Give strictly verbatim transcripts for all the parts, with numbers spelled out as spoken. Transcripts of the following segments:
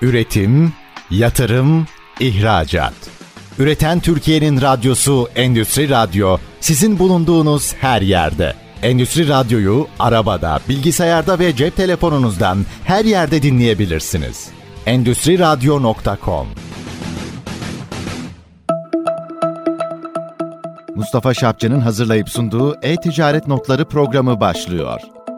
Üretim, yatırım, ihracat. Üreten Türkiye'nin radyosu Endüstri Radyo, sizin bulunduğunuz her yerde. Endüstri Radyo'yu arabada, bilgisayarda ve cep telefonunuzdan her yerde dinleyebilirsiniz. endüstri radyo nokta com. Mustafa Şapçı'nın hazırlayıp sunduğu E-Ticaret Notları programı başlıyor.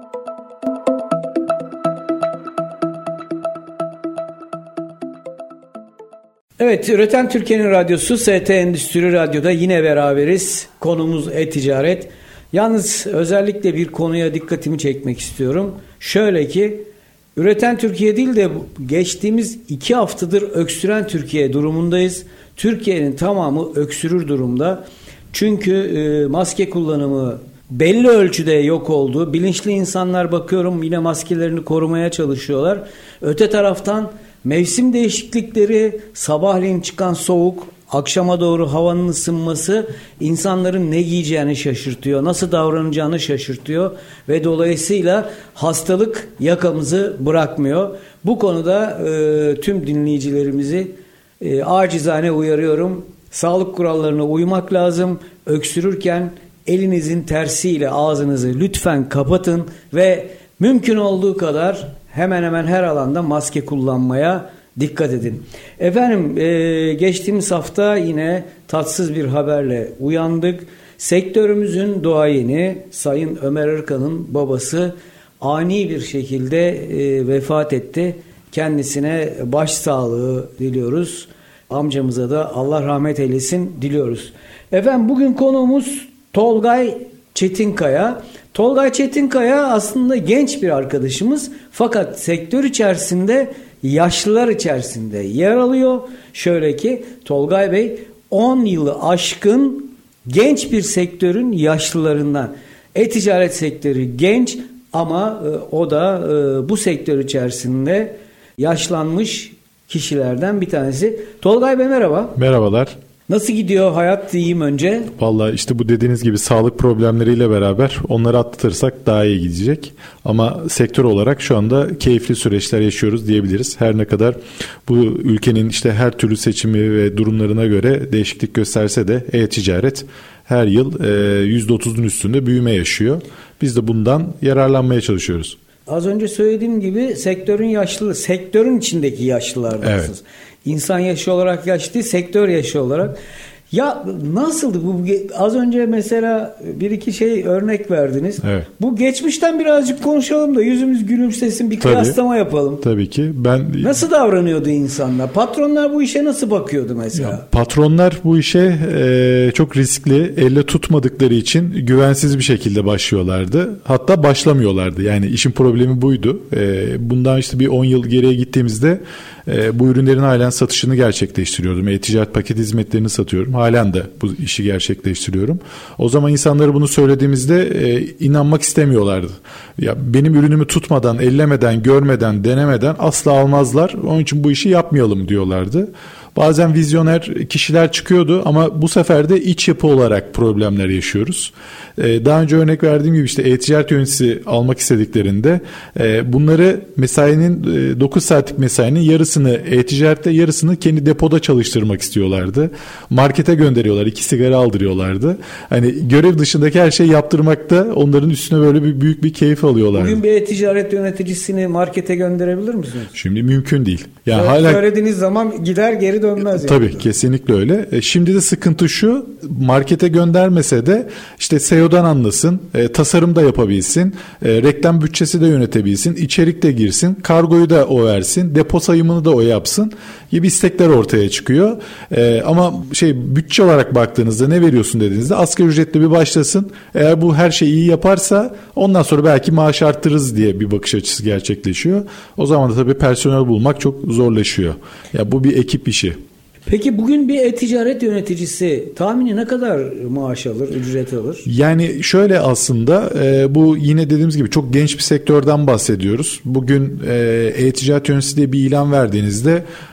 Evet, Üreten Türkiye'nin radyosu S T Endüstri Radyo'da yine beraberiz. Konumuz e-ticaret. Yalnız özellikle bir konuya dikkatimi çekmek istiyorum. Şöyle ki, Üreten Türkiye değil de geçtiğimiz iki haftadır öksüren Türkiye durumundayız. Türkiye'nin tamamı öksürür durumda. Çünkü e, maske kullanımı belli ölçüde yok oldu. Bilinçli insanlar bakıyorum yine maskelerini korumaya çalışıyorlar. Öte taraftan mevsim değişiklikleri, sabahleyin çıkan soğuk, akşama doğru havanın ısınması insanların ne giyeceğini şaşırtıyor, nasıl davranacağını şaşırtıyor ve dolayısıyla hastalık yakamızı bırakmıyor. Bu konuda e, tüm dinleyicilerimizi e, acizane uyarıyorum. Sağlık kurallarına uymak lazım. Öksürürken elinizin tersiyle ağzınızı lütfen kapatın ve mümkün olduğu kadar hemen hemen her alanda maske kullanmaya dikkat edin. Efendim e, geçtiğimiz hafta yine tatsız bir haberle uyandık. Sektörümüzün duayeni Sayın Ömer Erkan'ın babası ani bir şekilde e, vefat etti. Kendisine başsağlığı diliyoruz. Amcamıza da Allah rahmet eylesin diliyoruz. Efendim bugün konuğumuz Tolgay Çetinkaya. Tolgay Çetinkaya aslında genç bir arkadaşımız fakat sektör içerisinde yaşlılar içerisinde yer alıyor. Şöyle ki Tolgay Bey on yılı aşkın genç bir sektörün yaşlılarından. E-ticaret sektörü genç ama e, o da e, bu sektör içerisinde yaşlanmış kişilerden bir tanesi. Tolgay Bey merhaba. Merhabalar. Nasıl gidiyor hayat diyeyim önce? Vallahi işte bu dediğiniz gibi sağlık problemleriyle beraber onları atlatırsak daha iyi gidecek. Ama sektör olarak şu anda keyifli süreçler yaşıyoruz diyebiliriz. Her ne kadar bu ülkenin işte her türlü seçimi ve durumlarına göre değişiklik gösterse de e-ticaret her yıl yüzde otuzun üstünde büyüme yaşıyor. Biz de bundan yararlanmaya çalışıyoruz. Az önce söylediğim gibi sektörün yaşlı, sektörün içindeki yaşlılardansınız. Evet. İnsan yaşı olarak yaş değil, sektör yaşı olarak. Ya nasıldı bu? Az önce mesela bir iki şey örnek verdiniz. Evet. Bu geçmişten birazcık konuşalım da yüzümüz gülümsesin, bir kıyaslama tabii, yapalım. Tabii ki. Ben nasıl davranıyordu insanlar? Patronlar bu işe nasıl bakıyordu mesela? Ya, patronlar bu işe e, çok riskli, elle tutmadıkları için güvensiz bir şekilde başlıyorlardı. Hatta başlamıyorlardı. Yani işin problemi buydu. E, bundan işte bir on yıl geriye gittiğimizde e, bu ürünlerin halen satışını gerçekleştiriyordum. E-ticaret paket hizmetlerini satıyorum. Halen de bu işi gerçekleştiriyorum. O zaman insanlara bunu söylediğimizde e, inanmak istemiyorlardı. Ya benim ürünümü tutmadan, ellemeden, görmeden, denemeden asla almazlar. Onun için bu işi yapmayalım diyorlardı. Bazen vizyoner kişiler çıkıyordu ama bu sefer de iç yapı olarak problemler yaşıyoruz. Ee, daha önce örnek verdiğim gibi işte e-ticaret yöneticisi almak istediklerinde e, bunları mesainin e, dokuz saatlik mesainin yarısını e-ticarette, yarısını kendi depoda çalıştırmak istiyorlardı. Markete gönderiyorlar, iki sigara aldırıyorlardı. Hani görev dışındaki her şeyi yaptırmakta onların üstüne böyle bir büyük bir keyif alıyorlardı. Bugün bir e-ticaret yöneticisini markete gönderebilir misiniz? Şimdi mümkün değil. Yani evet, hala söylediğiniz zaman gider geri dönmez. Yani. Tabii kesinlikle öyle. E, şimdi de sıkıntı şu, markete göndermese de işte S E O'dan anlasın, e, tasarım da yapabilsin, e, reklam bütçesi de yönetebilsin, içerik de girsin, kargoyu da o versin, depo sayımını da o yapsın gibi istekler ortaya çıkıyor. E, ama şey bütçe olarak baktığınızda ne veriyorsun dediğinizde asgari ücretli bir başlasın. Eğer bu her şeyi iyi yaparsa ondan sonra belki maaş arttırırız diye bir bakış açısı gerçekleşiyor. O zaman da tabii personel bulmak çok zorlaşıyor. Ya bu bir ekip işi. Peki bugün bir e-ticaret yöneticisi tahmini ne kadar maaş alır, ücret alır? Yani şöyle aslında e, bu yine dediğimiz gibi çok genç bir sektörden bahsediyoruz. Bugün e, e-ticaret yöneticisi diye bir ilan verdiğinizde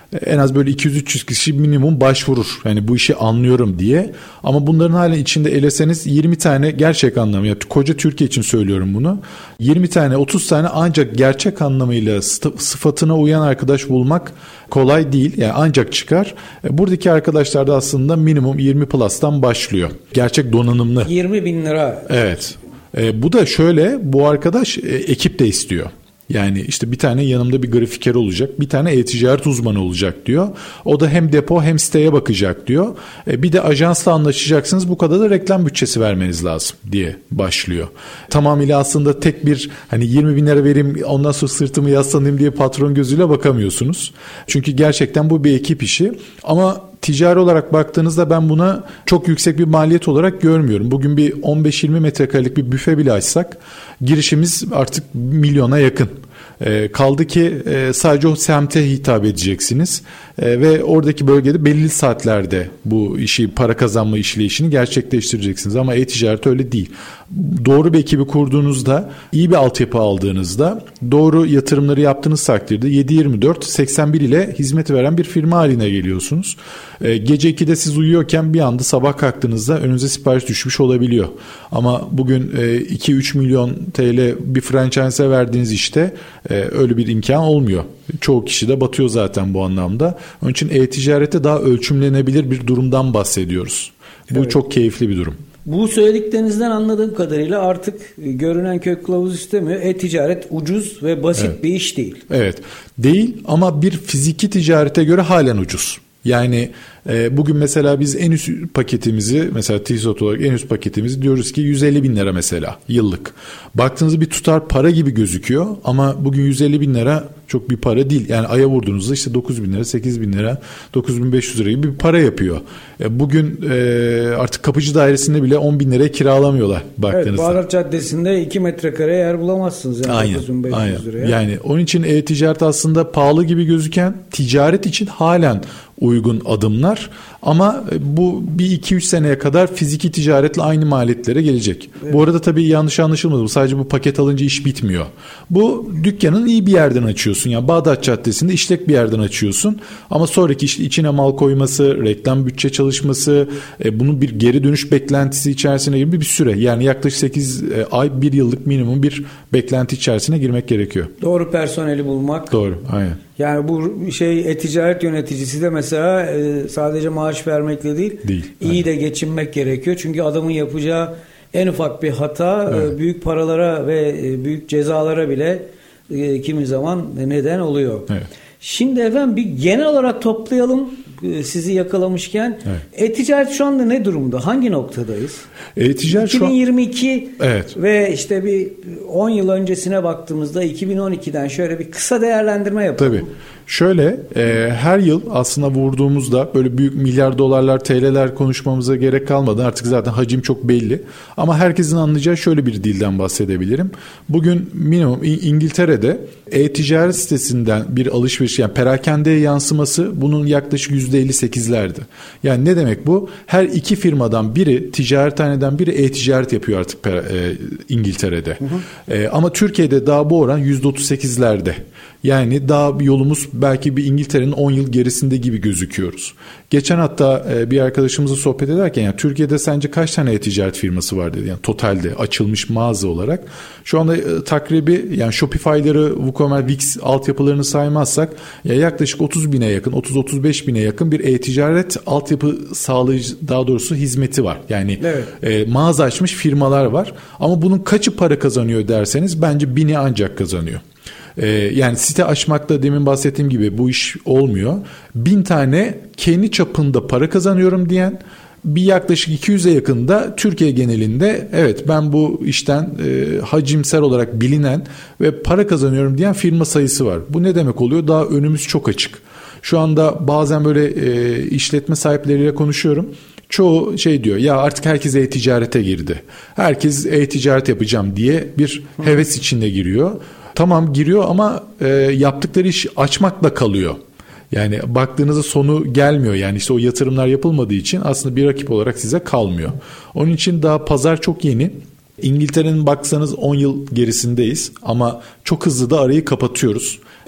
en az böyle iki yüz üç yüz kişi minimum başvurur. Yani bu işi anlıyorum diye. Ama bunların halen içinde eleseniz yirmi tane gerçek anlamı, ya koca Türkiye için söylüyorum bunu. yirmi tane otuz tane ancak gerçek anlamıyla sıfatına uyan arkadaş bulmak kolay değil. Yani ancak çıkar. Buradaki arkadaşlar da aslında minimum yirmi plus'tan başlıyor. Gerçek donanımlı. yirmi bin lira. Evet. E, bu da şöyle, bu arkadaş e, ekip de istiyor. Yani işte bir tane yanımda bir grafiker olacak, bir tane e-ticaret uzmanı olacak diyor. O da hem depo hem siteye bakacak diyor. E, bir de ajansla anlaşacaksınız, bu kadar da reklam bütçesi vermeniz lazım diye başlıyor. Tamamıyla aslında tek bir hani yirmi bin lira vereyim ondan sonra sırtımı yaslanayım diye patron gözüyle bakamıyorsunuz. Çünkü gerçekten bu bir ekip işi. Ama ticari olarak baktığınızda ben buna çok yüksek bir maliyet olarak görmüyorum. Bugün bir on beş yirmi metrekarelik bir büfe bile açsak girişimiz artık milyona yakın. E, kaldı ki e, sadece o semte hitap edeceksiniz e, ve oradaki bölgede belli saatlerde bu işi, para kazanma işleyişini gerçekleştireceksiniz. Ama e-ticaret öyle değil. Doğru bir ekibi kurduğunuzda, iyi bir altyapı aldığınızda, doğru yatırımları yaptığınız takdirde yedi yirmi dört seksen bir ile hizmet veren bir firma haline geliyorsunuz. E, gece ikide siz uyuyorken bir anda sabah kalktığınızda önünüze sipariş düşmüş olabiliyor. Ama bugün e, iki üç milyon T L bir franchise'e verdiğiniz işte e, öyle bir imkan olmuyor. Çoğu kişi de batıyor zaten bu anlamda. Onun için e-ticarette daha ölçümlenebilir bir durumdan bahsediyoruz. Bu evet. Çok keyifli bir durum. Bu söylediklerinizden anladığım kadarıyla artık görünen kök kılavuz istemiyor. E-ticaret ucuz ve basit evet. bir iş değil. Evet. Değil ama bir fiziki ticarete göre halen ucuz. Yani e, bugün mesela biz en üst paketimizi, mesela T-Sot olarak en üst paketimizi diyoruz ki yüz elli bin lira mesela yıllık. Baktığınızda bir tutar para gibi gözüküyor ama bugün yüz elli bin lira çok bir para değil. Yani aya vurduğunuzda işte dokuz bin lira, sekiz bin lira, dokuz bin beş yüz lira gibi bir para yapıyor. E, bugün e, artık kapıcı dairesinde bile on bin liraya kiralamıyorlar baktığınızda. Evet, Bağdat Caddesi'nde iki metrekare yer bulamazsınız yani. Aynen, dokuz bin beş yüz aynen. liraya. Yani onun için e-ticaret aslında pahalı gibi gözüken, ticaret için halen uygun adımlar ama bu bir iki üç seneye kadar fiziki ticaretle aynı maliyetlere gelecek. Evet. Bu arada tabii yanlış anlaşılmadı. Sadece bu paket alınca iş bitmiyor. Bu dükkanın iyi bir yerden açıyorsun. Yani Bağdat Caddesi'nde işlek bir yerden açıyorsun. Ama sonraki işte içine mal koyması, reklam bütçe çalışması, e, bunun bir geri dönüş beklentisi içerisine gibi bir süre. Yani yaklaşık sekiz ay, bir yıllık minimum bir beklenti içerisine girmek gerekiyor. Doğru personeli bulmak. Doğru, aynen. Yani bu şey e-ticaret yöneticisi de mesela e, sadece maaş vermekle değil, değil iyi aynen. de geçinmek gerekiyor. Çünkü adamın yapacağı en ufak bir hata evet. e, büyük paralara ve e, büyük cezalara bile e, kimi zaman neden oluyor. Evet. Şimdi efendim bir genel olarak toplayalım e, sizi yakalamışken. Evet. E-ticaret şu anda ne durumda? Hangi noktadayız? E-ticaret iki bin yirmi iki şu an... evet. ve işte bir on yıl öncesine baktığımızda iki bin on ikiden şöyle bir kısa değerlendirme yapalım. Tabii. Şöyle e, her yıl aslında vurduğumuzda böyle büyük milyar dolarlar, T L'ler konuşmamıza gerek kalmadı. Artık zaten hacim çok belli. Ama herkesin anlayacağı şöyle bir dilden bahsedebilirim. Bugün minimum İngiltere'de e-ticaret sitesinden bir alışveriş, yani perakendeye yansıması bunun yaklaşık yüzde elli sekizlerdi. Yani ne demek bu? Her iki firmadan biri, ticarethaneden biri e-ticaret yapıyor artık e, İngiltere'de. Hı hı. E, ama Türkiye'de daha bu oran yüzde otuz sekizlerde. Yani daha yolumuz belki bir İngiltere'nin on yıl gerisinde gibi gözüküyoruz. Geçen hatta bir arkadaşımızla sohbet ederken yani Türkiye'de sence kaç tane e-ticaret firması var dedi. Yani totalde açılmış mağaza olarak. Şu anda e, takribi yani Shopify'ları, WooCommerce, Wix altyapılarını saymazsak ya yaklaşık otuz bine yakın, otuz otuz beş bine yakın bir e-ticaret altyapı sağlayıcı, daha doğrusu hizmeti var. Yani evet. e, mağaza açmış firmalar var. Ama bunun kaçı para kazanıyor derseniz bence bini ancak kazanıyor. Yani site açmakta demin bahsettiğim gibi bu iş olmuyor. Bin tane kendi çapında para kazanıyorum diyen, bir yaklaşık iki yüze yakında Türkiye genelinde evet ben bu işten e, hacimsel olarak bilinen ve para kazanıyorum diyen firma sayısı var. Bu ne demek oluyor? Daha önümüz çok açık. Şu anda bazen böyle e, işletme sahipleriyle konuşuyorum. Çoğu şey diyor ya artık herkes e-ticarete girdi. Herkes e-ticaret yapacağım diye bir heves içinde giriyor. Tamam giriyor ama e, yaptıkları iş açmakla kalıyor. Yani baktığınızda sonu gelmiyor. Yani işte o yatırımlar yapılmadığı için aslında bir rakip olarak size kalmıyor. Onun için daha pazar çok yeni. İngiltere'nin baksanız on yıl gerisindeyiz ama çok hızlı da arayı kapatıyoruz.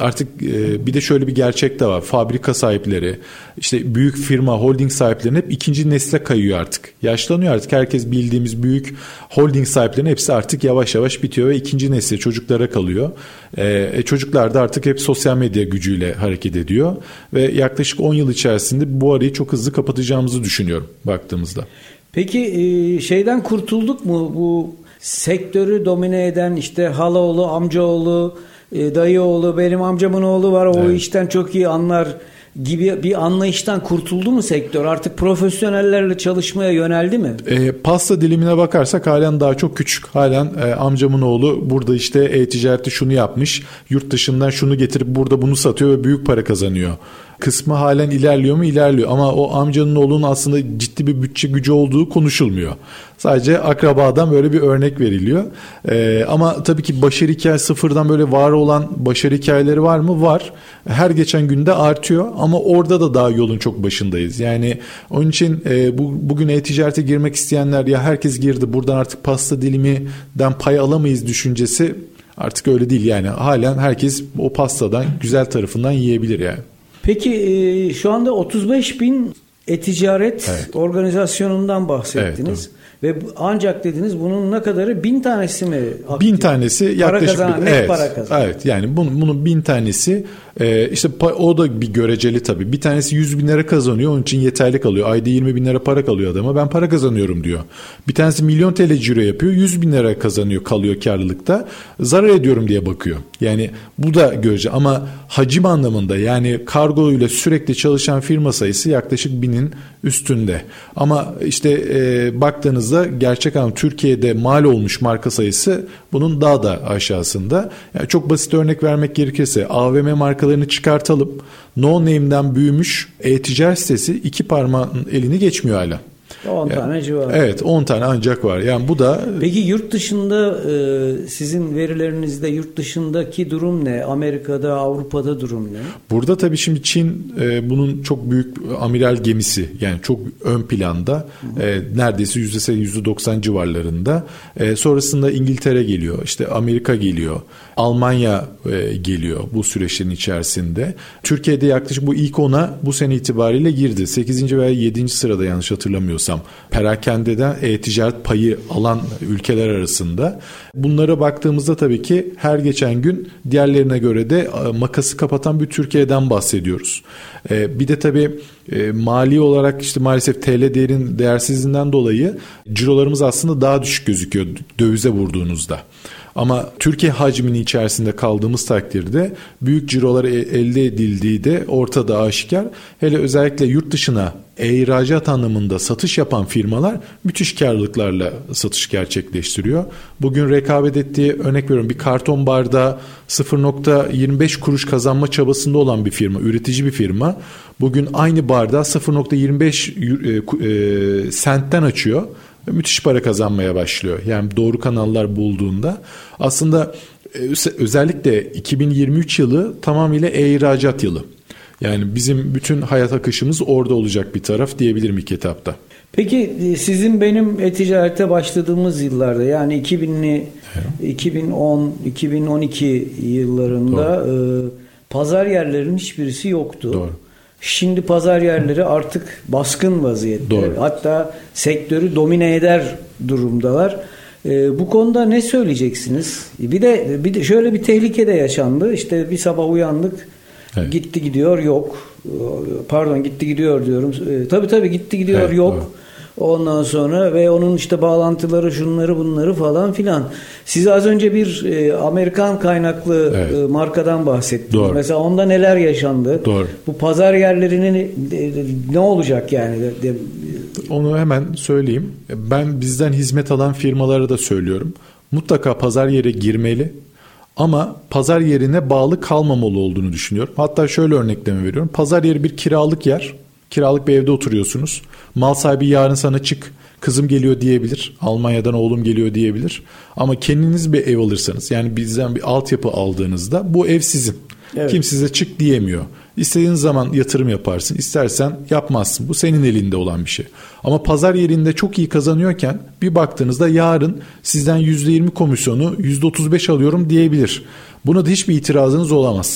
artık e, bir de şöyle bir gerçek de var. Fabrika sahipleri, işte büyük firma, holding sahiplerinin hep ikinci nesle kayıyor artık. Yaşlanıyor artık. Herkes bildiğimiz büyük holding sahiplerinin hepsi artık yavaş yavaş bitiyor ve ikinci nesli çocuklara kalıyor. E, çocuklar da artık hep sosyal medya gücüyle hareket ediyor ve yaklaşık on yıl içerisinde bu arayı çok hızlı kapatacağımızı düşünüyorum baktığımızda. Peki şeyden kurtulduk mu? Bu sektörü domine eden işte halaoğlu, amcaoğlu, dayıoğlu, benim amcamın oğlu var, o evet. işten çok iyi anlar gibi bir anlayıştan kurtuldu mu sektör? Artık profesyonellerle çalışmaya yöneldi mi? E, pasta dilimine bakarsak halen daha çok küçük. Halen e, amcamın oğlu burada işte e-ticarette şunu yapmış, yurt dışından şunu getirip burada bunu satıyor ve büyük para kazanıyor kısmı halen ilerliyor mu? İlerliyor. Ama o amcanın oğlunun aslında ciddi bir bütçe gücü olduğu konuşulmuyor. Sadece akrabadan böyle bir örnek veriliyor. Ee, ama tabii ki başarı hikayesi, sıfırdan böyle var olan başarı hikayeleri var mı? Var. Her geçen günde artıyor ama orada da daha yolun çok başındayız. Yani onun için e, bu, bugün e-ticarete girmek isteyenler, ya herkes girdi buradan artık pasta diliminden pay alamayız düşüncesi artık öyle değil. Yani halen herkes o pastadan güzel tarafından yiyebilir yani. Peki şu anda otuz beş bin e-ticaret evet. organizasyonundan bahsettiniz. Evet, ve ancak dediniz bunun ne kadarı, bin tanesi mi aktif? Bin tanesi yaklaşık para kazanan, bir, evet, para kazanan. Evet, yani bunun, bunun bin tanesi e, işte o da bir göreceli tabii. Bir tanesi yüz bin lira kazanıyor, onun için yeterli kalıyor. Ayda yirmi bin lira para kalıyor adama, ben para kazanıyorum diyor. Bir tanesi milyon T L ciro yapıyor, yüz bin lira kazanıyor, kalıyor karlılıkta, zarar ediyorum diye bakıyor. Yani bu da görece ama hacim anlamında, yani kargo ile sürekli çalışan firma sayısı yaklaşık binin üstünde. Ama işte e, baktığınızda gerçek anlamda Türkiye'de mal olmuş marka sayısı bunun daha da aşağısında. Yani çok basit örnek vermek gerekirse A V M markalarını çıkartalım. No Name'den büyümüş e-ticaret sitesi iki parmağın elini geçmiyor hala. on yani, tane civarı. Evet, on tane ancak var. Yani bu da. Peki yurt dışında e, sizin verilerinizde yurt dışındaki durum ne? Amerika'da, Avrupa'da durum ne? Burada tabii şimdi Çin e, bunun çok büyük amiral gemisi, yani çok ön planda, e, neredeyse yüzde seksen yüzde doksan civarlarında. E, sonrasında İngiltere geliyor, işte Amerika geliyor, Almanya e, geliyor bu süreçlerin içerisinde. Türkiye'de yaklaşık bu ilk ona bu sene itibariyle girdi. sekizinci veya yedinci sırada yanlış hatırlamıyorsam. Perakendeden e-ticaret payı alan ülkeler arasında. Bunlara baktığımızda tabii ki her geçen gün diğerlerine göre de makası kapatan bir Türkiye'den bahsediyoruz. Bir de tabii mali olarak işte maalesef T L değerin değersizliğinden dolayı cirolarımız aslında daha düşük gözüküyor dövize vurduğunuzda. Ama Türkiye hacminin içerisinde kaldığımız takdirde büyük cirolar elde edildiği de ortada aşikar. Hele özellikle yurt dışına e-ihracat anlamında satış yapan firmalar müthiş karlılıklarla satış gerçekleştiriyor. Bugün rekabet ettiği, örnek veriyorum, bir karton bardağı sıfır nokta yirmi beş kuruş kazanma çabasında olan bir firma, üretici bir firma bugün aynı bardağı sıfır nokta yirmi beş sentten açıyor. Müthiş para kazanmaya başlıyor. Yani doğru kanallar bulduğunda. Aslında özellikle iki bin yirmi üç yılı tamamıyla e-ihracat yılı. Yani bizim bütün hayat akışımız orada olacak bir taraf diyebilirim ilk etapta. Peki sizin benim e-ticarete başladığımız yıllarda, yani iki binli, evet. iki bin on, iki bin on iki yıllarında e, pazar yerlerinin hiçbirisi yoktu. Doğru. Şimdi pazar yerleri artık baskın vaziyette. Doğru. Hatta sektörü domine eder durumdalar. Ee, bu konuda ne söyleyeceksiniz? Bir de bir de şöyle bir tehlike de yaşandı. İşte bir sabah uyandık. Evet. Gitti gidiyor yok. Pardon gitti gidiyor diyorum. Ee, tabii tabii gitti gidiyor evet, yok. Doğru. Ondan sonra ve onun işte bağlantıları, şunları bunları falan filan. Siz az önce bir e, Amerikan kaynaklı evet. e, markadan bahsettiniz. Doğru. Mesela onda neler yaşandı? Doğru. Bu pazar yerlerinin e, ne olacak yani? De, de, Onu hemen söyleyeyim. Ben bizden hizmet alan firmalara da söylüyorum. Mutlaka pazar yeri girmeli. Ama pazar yerine bağlı kalmamalı olduğunu düşünüyorum. Hatta şöyle örnekleme veriyorum. Pazar yeri bir kiralık yer. Kiralık bir evde oturuyorsunuz. Mal sahibi yarın sana çık, kızım geliyor diyebilir. Almanya'dan oğlum geliyor diyebilir. Ama kendiniz bir ev alırsanız, yani bizden bir altyapı aldığınızda bu ev sizin. Evet. Kim size çık diyemiyor. İstediğin zaman yatırım yaparsın, istersen yapmazsın. Bu senin elinde olan bir şey. Ama pazar yerinde çok iyi kazanıyorken bir baktığınızda yarın sizden yüzde yirmi komisyonu yüzde otuz beş alıyorum diyebilir. Buna da hiçbir itirazınız olamaz.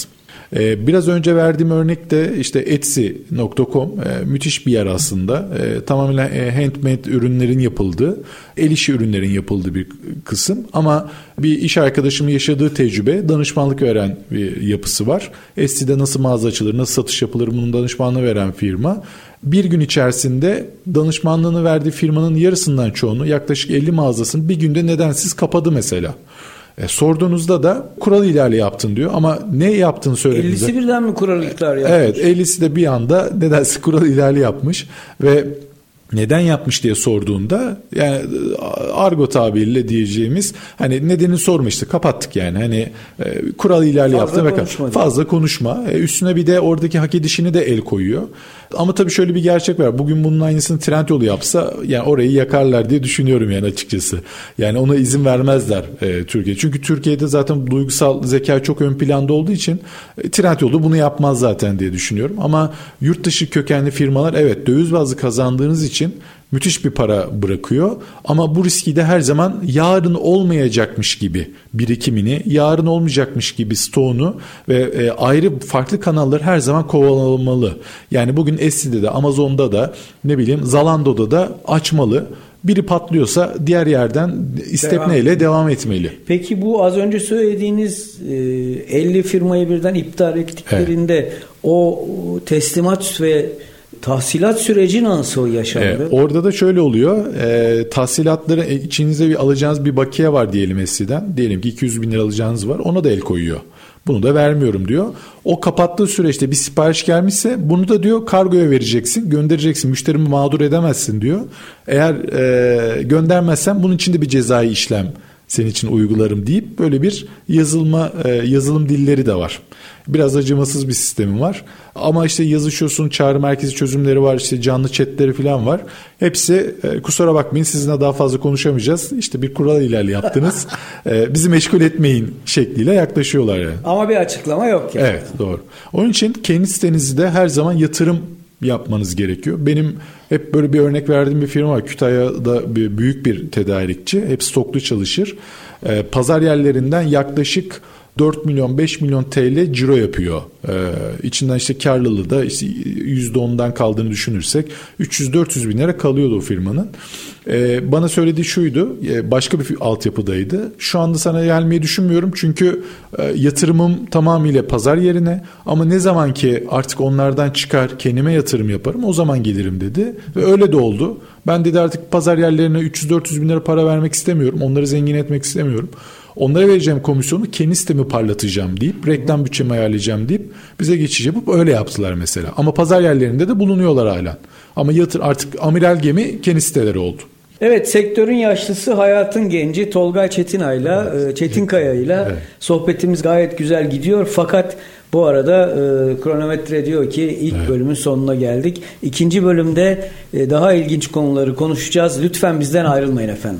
Ee, biraz önce verdiğim örnekte işte etsy nokta com e, müthiş bir yer aslında. E, tamamen e, handmade ürünlerin yapıldığı, el işi ürünlerin yapıldığı bir kısım. Ama bir iş arkadaşımın yaşadığı tecrübe, danışmanlık veren bir yapısı var. Etsy'de nasıl mağaza açılır, nasıl satış yapılır bunun danışmanlığı veren firma. Bir gün içerisinde danışmanlığını verdiği firmanın yarısından çoğunu, yaklaşık elli mağazasını bir günde nedensiz kapadı mesela. E, sorduğunuzda da kural ihlali yaptın diyor ama ne yaptığını söylediğinizde... ellisi birden mi kural ihlali yapmış? Evet, ellisi de bir anda nedense kural ihlali yapmış ve neden yapmış diye sorduğunda, yani argo tabiriyle diyeceğimiz hani nedenini sormuştu, kapattık yani hani e, kural ihlali yaptı ve fazla konuşma, e, üstüne bir de oradaki hak edişini de el koyuyor. Ama tabii şöyle bir gerçek var. Bugün bunun aynısını Trendyol yapsa yani orayı yakarlar diye düşünüyorum yani açıkçası. Yani ona izin vermezler e, Türkiye. Çünkü Türkiye'de zaten duygusal zeka çok ön planda olduğu için e, Trendyol'da bunu yapmaz zaten diye düşünüyorum. Ama yurt dışı kökenli firmalar evet döviz bazlı kazandığınız için müthiş bir para bırakıyor ama bu riski de her zaman yarın olmayacakmış gibi birikimini, yarın olmayacakmış gibi stoğunu ve e, ayrı farklı kanalları her zaman kovalamalı. Yani bugün Etsy'de de, Amazon'da da, ne bileyim Zalando'da da açmalı. Biri patlıyorsa diğer yerden istepneyle devam, devam etmeli. Peki bu az önce söylediğiniz elli firmayı birden iptal ettiklerinde evet. o teslimat ve tahsilat süreci nasıl yaşandı? Ee, orada da şöyle oluyor. E, tahsilatları e, içinizde bir alacağınız bir bakiye var diyelim Etsy'den. Diyelim ki iki yüz bin lira alacağınız var. Ona da el koyuyor. Bunu da vermiyorum diyor. O kapattığı süreçte bir sipariş gelmişse bunu da diyor kargoya vereceksin, göndereceksin. Müşterimi mağdur edemezsin diyor. Eğer e, göndermezsen bunun için de bir cezai işlem senin için uygularım deyip böyle bir yazılma e, yazılım dilleri de var. Biraz acımasız bir sistemi var. Ama işte yazışıyorsun, çağrı merkezi çözümleri var, işte canlı chatleri falan var. Hepsi e, kusura bakmayın sizinle daha fazla konuşamayacağız. İşte bir kural ihlali yaptınız. e, bizi meşgul etmeyin şekliyle yaklaşıyorlar yani. Ama bir açıklama yok yani. Evet, doğru. Onun için kendi sitenizde her zaman yatırım yapmanız gerekiyor. Benim hep böyle bir örnek verdiğim bir firma var. Kütahya'da bir, büyük bir tedarikçi. Hep stoklu çalışır. E, pazar yerlerinden yaklaşık dört milyon beş milyon T L ciro yapıyor. Ee, içinden işte karlılığı da işte yüzde ondan kaldığını düşünürsek üç yüz dört yüz bin lira kalıyordu o firmanın. Ee, bana söylediği şuydu, başka bir altyapıdaydı. Şu anda sana gelmeyi düşünmüyorum çünkü e, yatırımım tamamıyla pazar yerine, ama ne zaman ki artık onlardan çıkar kendime yatırım yaparım o zaman gelirim dedi. Ve öyle de oldu. Ben dedi artık pazar yerlerine üç yüz dört yüz bin lira para vermek istemiyorum. Onları zengin etmek istemiyorum. Onlara vereceğim komisyonu kendi sitemi parlatacağım deyip, reklam bütçemi ayarlayacağım deyip bize geçiş yapıp öyle yaptılar mesela. Ama pazar yerlerinde de bulunuyorlar hala. Ama yatır artık amiral gemi kendi siteleri oldu. Evet, sektörün yaşlısı, hayatın genci Tolgay Çetinay'la, evet. Çetinkaya'yla evet. sohbetimiz gayet güzel gidiyor. Fakat bu arada e, kronometre diyor ki ilk evet. bölümün sonuna geldik. İkinci bölümde e, daha ilginç konuları konuşacağız. Lütfen bizden ayrılmayın efendim.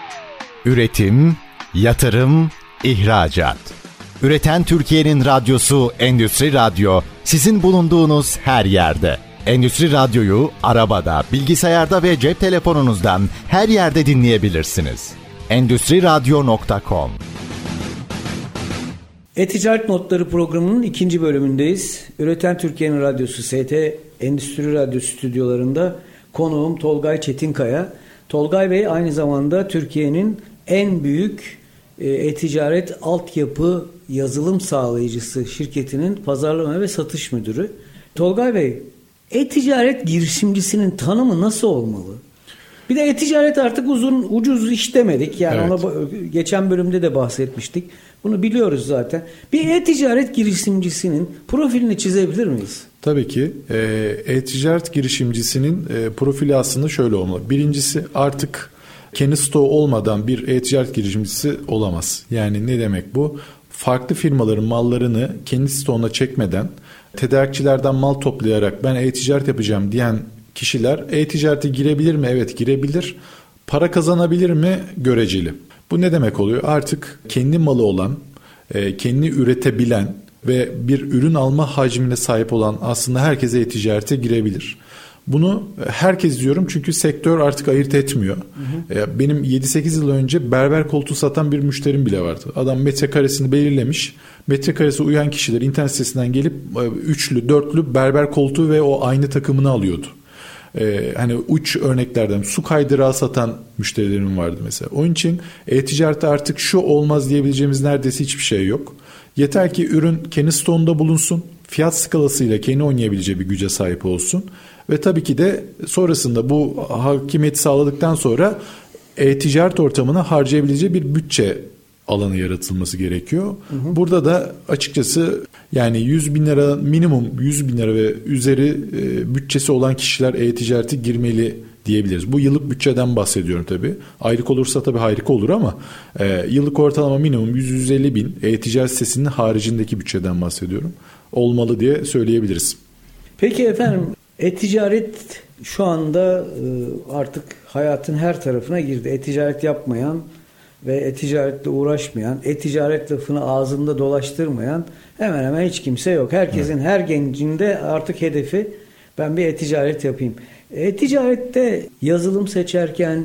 Üretim, yatırım, ihracat. Üreten Türkiye'nin radyosu Endüstri Radyo, sizin bulunduğunuz her yerde. Endüstri Radyo'yu arabada, bilgisayarda ve cep telefonunuzdan her yerde dinleyebilirsiniz. endüstri radyo nokta com. E-Ticaret Notları programının ikinci bölümündeyiz. Üreten Türkiye'nin radyosu S T Endüstri Radyo stüdyolarında konuğum Tolgay Çetinkaya. Tolgay Bey aynı zamanda Türkiye'nin en büyük e-ticaret altyapı yazılım sağlayıcısı şirketinin pazarlama ve satış müdürü. Tolgay Bey, e-ticaret girişimcisinin tanımı nasıl olmalı? Bir de e-ticaret artık uzun ucuz iş demedik. Yani evet. ona geçen bölümde de bahsetmiştik. Bunu biliyoruz zaten. Bir e-ticaret girişimcisinin profilini çizebilir miyiz? Tabii ki. E-ticaret girişimcisinin profili aslında şöyle olmalı. Birincisi, artık kendi stoğu olmadan bir e-ticaret girişimcisi olamaz. Yani ne demek bu? Farklı firmaların mallarını kendi stoğuna çekmeden tedarikçilerden mal toplayarak ben e-ticaret yapacağım diyen kişiler e-ticarete girebilir mi? Evet, girebilir. Para kazanabilir mi? Göreceli. Bu ne demek oluyor? Artık kendi malı olan, kendi üretebilen ve bir ürün alma hacmine sahip olan aslında herkese e-ticarete girebilir. Bunu herkes diyorum çünkü sektör artık ayırt etmiyor. Hı hı. Benim yedi sekiz yıl önce berber koltuğu satan bir müşterim bile vardı. Adam metrekaresini belirlemiş. Metrekaresi uyan kişiler internet sitesinden gelip üçlü, dörtlü berber koltuğu ve o aynı takımını alıyordu. Ee, hani uç örneklerden su kaydırağı satan müşterilerim vardı mesela. Onun için e-ticarette artık şu olmaz diyebileceğimiz neredeyse hiçbir şey yok. Yeter ki ürün kendi stoğunda bulunsun, fiyat skalasıyla kendi oynayabileceği bir güce sahip olsun ve tabii ki de sonrasında bu hakimiyeti sağladıktan sonra e-ticaret ortamına harcayabileceği bir bütçe alanı yaratılması gerekiyor. Hı hı. Burada da açıkçası yani yüz bin lira minimum yüz bin lira ve üzeri e, bütçesi olan kişiler e-ticarete girmeli diyebiliriz. Bu yıllık bütçeden bahsediyorum tabii. Aylık olursa tabii harika olur ama e, yıllık ortalama minimum yüz yüz elli bin e-ticaret sitesinin haricindeki bütçeden bahsediyorum. Olmalı diye söyleyebiliriz. Peki efendim, e-ticaret şu anda e, artık hayatın her tarafına girdi. E-ticaret yapmayan ve e-ticaretle uğraşmayan, e-ticaret lafını ağzında dolaştırmayan hemen hemen hiç kimse yok. Herkesin, evet. Her gencinde artık hedefi ben bir e-ticaret yapayım. E-ticarette yazılım seçerken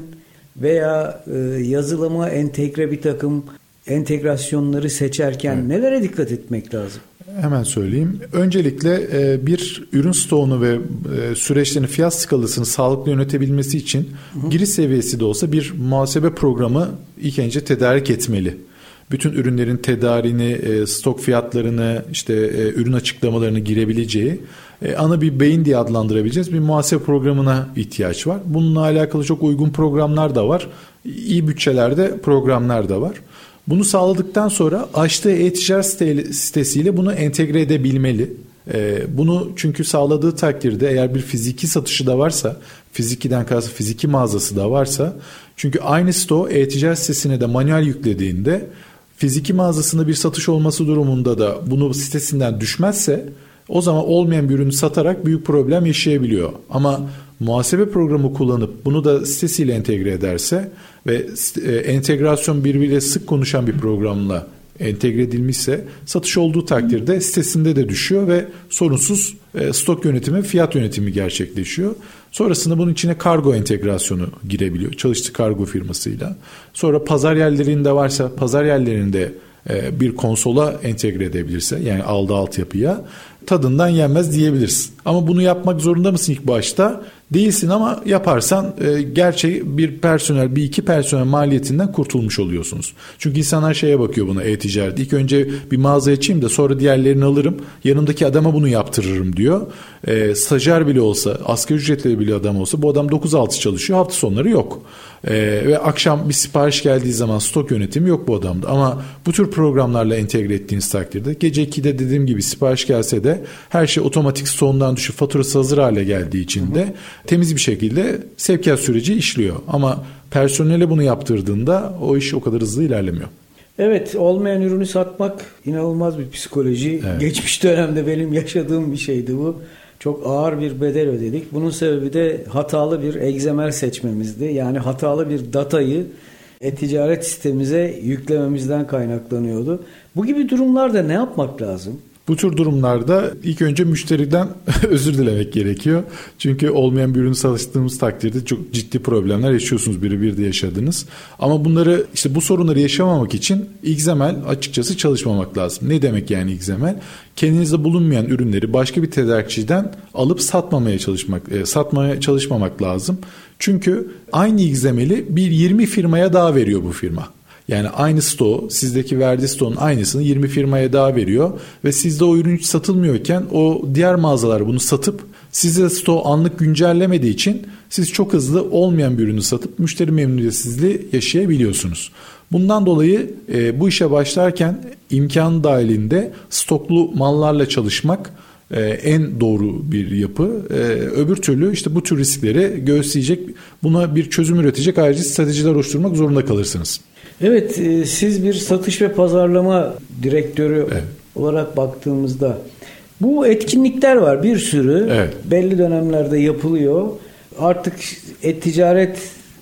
veya e, yazılıma entegre bir takım entegrasyonları seçerken, evet, nelere dikkat etmek lazım? Hemen söyleyeyim. Öncelikle e, bir ürün stoğunu ve e, süreçlerin fiyat skalasını sağlıklı yönetebilmesi için hı hı. giriş seviyesi de olsa bir muhasebe programı ilk önce tedarik etmeli. Bütün ürünlerin tedariğini, e, stok fiyatlarını, işte e, ürün açıklamalarını girebileceği e, ana bir beyin diye adlandırabileceğiz bir muhasebe programına ihtiyaç var. Bununla alakalı çok uygun programlar da var. İyi bütçelerde programlar da var. Bunu sağladıktan sonra açtığı e-ticaret sitesiyle bunu entegre edebilmeli. Ee, bunu çünkü sağladığı takdirde eğer bir fiziki satışı da varsa, fizikiden kastım fiziki mağazası da varsa, çünkü aynı stoğu e-ticaret sitesine de manuel yüklediğinde fiziki mağazasında bir satış olması durumunda da bunu sitesinden düşmezse o zaman olmayan bir ürünü satarak büyük problem yaşayabiliyor. Ama muhasebe programı kullanıp bunu da sitesiyle entegre ederse ve entegrasyon birbiriyle sık konuşan bir programla entegre edilmişse satış olduğu takdirde sitesinde de düşüyor ve sorunsuz stok yönetimi, fiyat yönetimi gerçekleşiyor. Sonrasında bunun içine kargo entegrasyonu girebiliyor çalıştığı kargo firmasıyla. Sonra pazar yerlerinde varsa pazar yerlerinde bir konsola entegre edebilirse, yani aldığı altyapıya, tadından yenmez diyebiliriz. Ama bunu yapmak zorunda mısın ilk başta? Değilsin ama yaparsan e, gerçek bir personel, bir iki personel maliyetinden kurtulmuş oluyorsunuz. Çünkü insanlar şeye bakıyor buna, e-ticaret. İlk önce bir mağaza açayım da sonra diğerlerini alırım. Yanımdaki adama bunu yaptırırım diyor. E, stajyer bile olsa, asgari ücretli bile adam olsa bu adam dokuz altı çalışıyor. Hafta sonları yok. E, ve akşam bir sipariş geldiği zaman stok yönetimi yok bu adamda. Ama bu tür programlarla entegre ettiğiniz takdirde gece ikide dediğim gibi sipariş gelse de her şey otomatik stoğundan düşüp faturası hazır hale geldiği için de temiz bir şekilde sevkiyat süreci işliyor. Ama personele bunu yaptırdığında o iş o kadar hızlı ilerlemiyor. Evet, olmayan ürünü satmak inanılmaz bir psikoloji. Evet. Geçmiş dönemde benim yaşadığım bir şeydi bu. Çok ağır bir bedel ödedik. Bunun sebebi de hatalı bir egzemer seçmemizdi. Yani hatalı bir datayı e-ticaret sistemimize yüklememizden kaynaklanıyordu. Bu gibi durumlarda ne yapmak lazım? Bu tür durumlarda ilk önce müşteriden özür dilemek gerekiyor. Çünkü olmayan bir ürünü satıştığımız takdirde çok ciddi problemler yaşıyorsunuz, birebir de yaşadınız. Ama bunları, işte bu sorunları yaşamamak için X M L açıkçası çalışmamak lazım. Ne demek yani X M L? Kendinizde bulunmayan ürünleri başka bir tedarikçiden alıp satmamaya çalışmak, e, satmaya çalışmamak lazım. Çünkü aynı X M L'i bir yirmi firmaya daha veriyor bu firma. Yani aynı stoğu, sizdeki verdiği stoğun aynısını yirmi firmaya daha veriyor ve sizde o ürün hiç satılmıyorken o diğer mağazalar bunu satıp sizde stoğu anlık güncellemediği için siz çok hızlı olmayan bir ürünü satıp müşteri memnuniyetsizliği yaşayabiliyorsunuz. Bundan dolayı e, bu işe başlarken imkan dahilinde stoklu mallarla çalışmak e, en doğru bir yapı. E, öbür türlü işte bu tür riskleri göğüsleyecek, buna bir çözüm üretecek ayrıca stratejiler oluşturmak zorunda kalırsınız. Evet, siz bir satış ve pazarlama direktörü, evet, olarak baktığımızda bu etkinlikler var bir sürü, evet, belli dönemlerde yapılıyor. Artık e-ticaret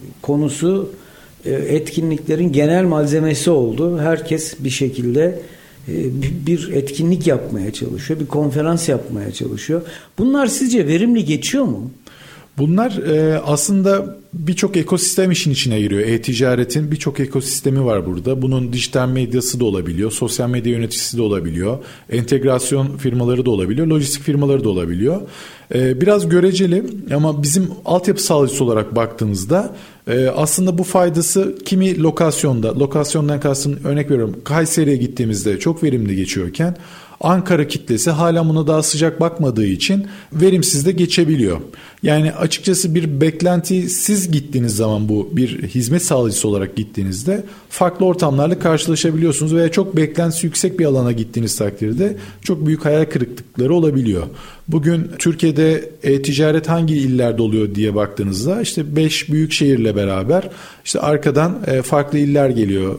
konusu etkinliklerin genel malzemesi oldu. Herkes bir şekilde bir etkinlik yapmaya çalışıyor, bir konferans yapmaya çalışıyor. Bunlar sizce verimli geçiyor mu? Bunlar e, aslında birçok ekosistem işin içine giriyor. E-ticaretin birçok ekosistemi var burada. Bunun dijital medyası da olabiliyor, sosyal medya yöneticisi de olabiliyor, entegrasyon firmaları da olabiliyor, lojistik firmaları da olabiliyor. E, biraz göreceli ama bizim altyapı sağlayıcısı olarak baktığımızda e, aslında bu faydası kimi lokasyonda, lokasyondan kastım örnek veriyorum Kayseri'ye gittiğimizde çok verimli geçiyorken Ankara kitlesi hala buna daha sıcak bakmadığı için verimsiz de geçebiliyor. Yani açıkçası bir beklentisiz gittiğiniz zaman bu bir hizmet sağlayıcısı olarak gittiğinizde farklı ortamlarla karşılaşabiliyorsunuz veya çok beklentisi yüksek bir alana gittiğiniz takdirde çok büyük hayal kırıklıkları olabiliyor. Bugün Türkiye'de e-ticaret hangi illerde oluyor diye baktığınızda işte beş büyük şehirle beraber işte arkadan farklı iller geliyor,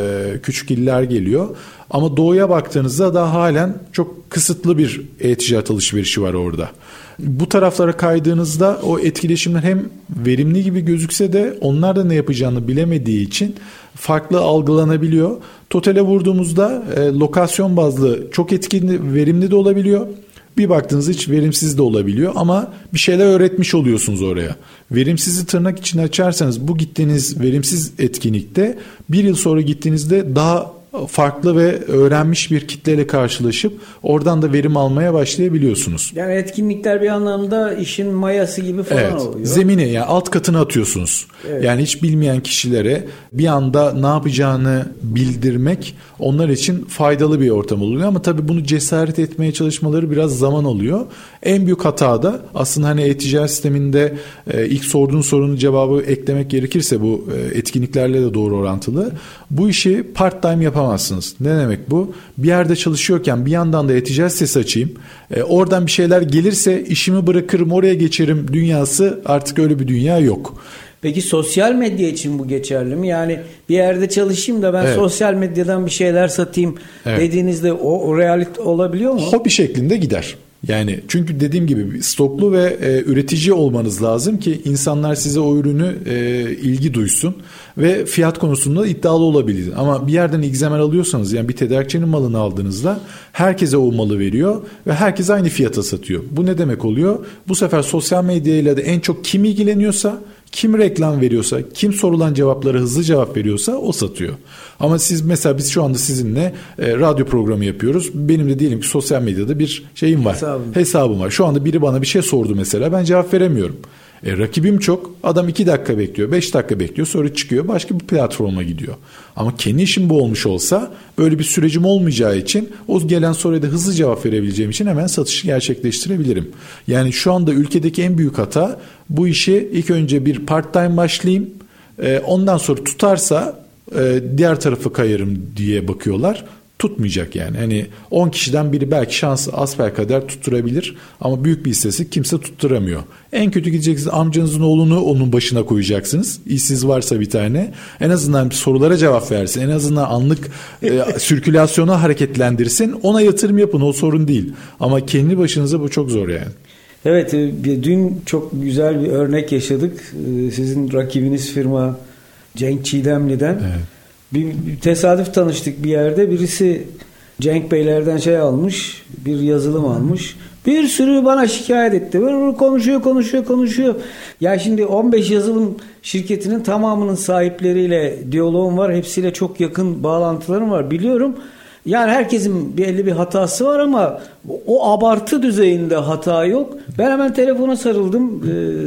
küçük iller geliyor. Ama doğuya baktığınızda da halen çok kısıtlı bir e-ticaret alışverişi var orada. Bu taraflara kaydığınızda o etkileşimler hem verimli gibi gözükse de onlar da ne yapacağını bilemediği için farklı algılanabiliyor. Totale vurduğumuzda e, lokasyon bazlı çok etkili, verimli de olabiliyor. Bir baktığınızda hiç verimsiz de olabiliyor ama bir şeyler öğretmiş oluyorsunuz oraya. Verimsizi tırnak içine açarsanız bu gittiğiniz verimsiz etkinlikte bir yıl sonra gittiğinizde daha farklı ve öğrenmiş bir kitleyle karşılaşıp oradan da verim almaya başlayabiliyorsunuz. Yani etkinlikler bir anlamda işin mayası gibi falan evet, oluyor. Zemine yani alt katını atıyorsunuz. Evet. Yani hiç bilmeyen kişilere bir anda ne yapacağını bildirmek onlar için faydalı bir ortam oluyor. Ama tabii bunu cesaret etmeye çalışmaları biraz zaman alıyor. En büyük hata da aslında hani e-ticaret sisteminde e, ilk sorduğun sorunun cevabı eklemek gerekirse bu e, etkinliklerle de doğru orantılı. Bu işi part time yapamazsınız. Ne demek bu? Bir yerde çalışıyorken bir yandan da e-ticaret sitesi açayım. E, oradan bir şeyler gelirse işimi bırakırım oraya geçerim dünyası artık öyle bir dünya yok. Peki sosyal medya için bu geçerli mi? Yani bir yerde çalışayım da ben evet. sosyal medyadan bir şeyler satayım evet. dediğinizde o, o realite olabiliyor mu? Hobi şeklinde gider. Yani çünkü dediğim gibi stoklu ve e, üretici olmanız lazım ki insanlar size o ürünü e, ilgi duysun ve fiyat konusunda iddialı olabilir. Ama bir yerden X M L alıyorsanız yani bir tedarikçinin malını aldığınızda herkese o malı veriyor ve herkes aynı fiyata satıyor. Bu ne demek oluyor? Bu sefer sosyal medyayla da en çok kim ilgileniyorsa, kim reklam veriyorsa, kim sorulan cevaplara hızlı cevap veriyorsa o satıyor. Ama siz mesela biz şu anda sizinle e, radyo programı yapıyoruz. Benim de diyelim ki sosyal medyada bir şeyim var. Hesabım. Hesabım var. Şu anda biri bana bir şey sordu mesela. Ben cevap veremiyorum. E, rakibim çok. Adam iki dakika bekliyor, beş dakika bekliyor. Sonra çıkıyor başka bir platforma gidiyor. Ama kendi işim bu olmuş olsa böyle bir sürecim olmayacağı için o gelen soruya da hızlı cevap verebileceğim için hemen satışı gerçekleştirebilirim. Yani şu anda ülkedeki en büyük hata bu işi ilk önce bir part time başlayayım. E, ondan sonra tutarsa e, diğer tarafı kayarım diye bakıyorlar. Tutmayacak yani. Hani on kişiden biri belki şansı asbelkader tutturabilir ama büyük bir hissesi kimse tutturamıyor. En kötü gideceksiniz amcanızın oğlunu onun başına koyacaksınız. İşsiz varsa bir tane. En azından sorulara cevap versin. En azından anlık e, sirkülasyonu hareketlendirsin. Ona yatırım yapın o sorun değil. Ama kendi başınıza bu çok zor yani. Evet, dün çok güzel bir örnek yaşadık. Sizin rakibiniz firma Cenk Çiğdemli'den. Evet. Bir, bir tesadüf tanıştık bir yerde. Birisi Cenk Beylerden şey almış, bir yazılım almış. Bir sürü bana şikayet etti. Böyle konuşuyor, konuşuyor, konuşuyor. Ya şimdi on beş yazılım şirketinin tamamının sahipleriyle diyaloğum var. Hepsiyle çok yakın bağlantılarım var. Biliyorum. Yani herkesin belli bir hatası var ama o abartı düzeyinde hata yok. Ben hemen telefona sarıldım.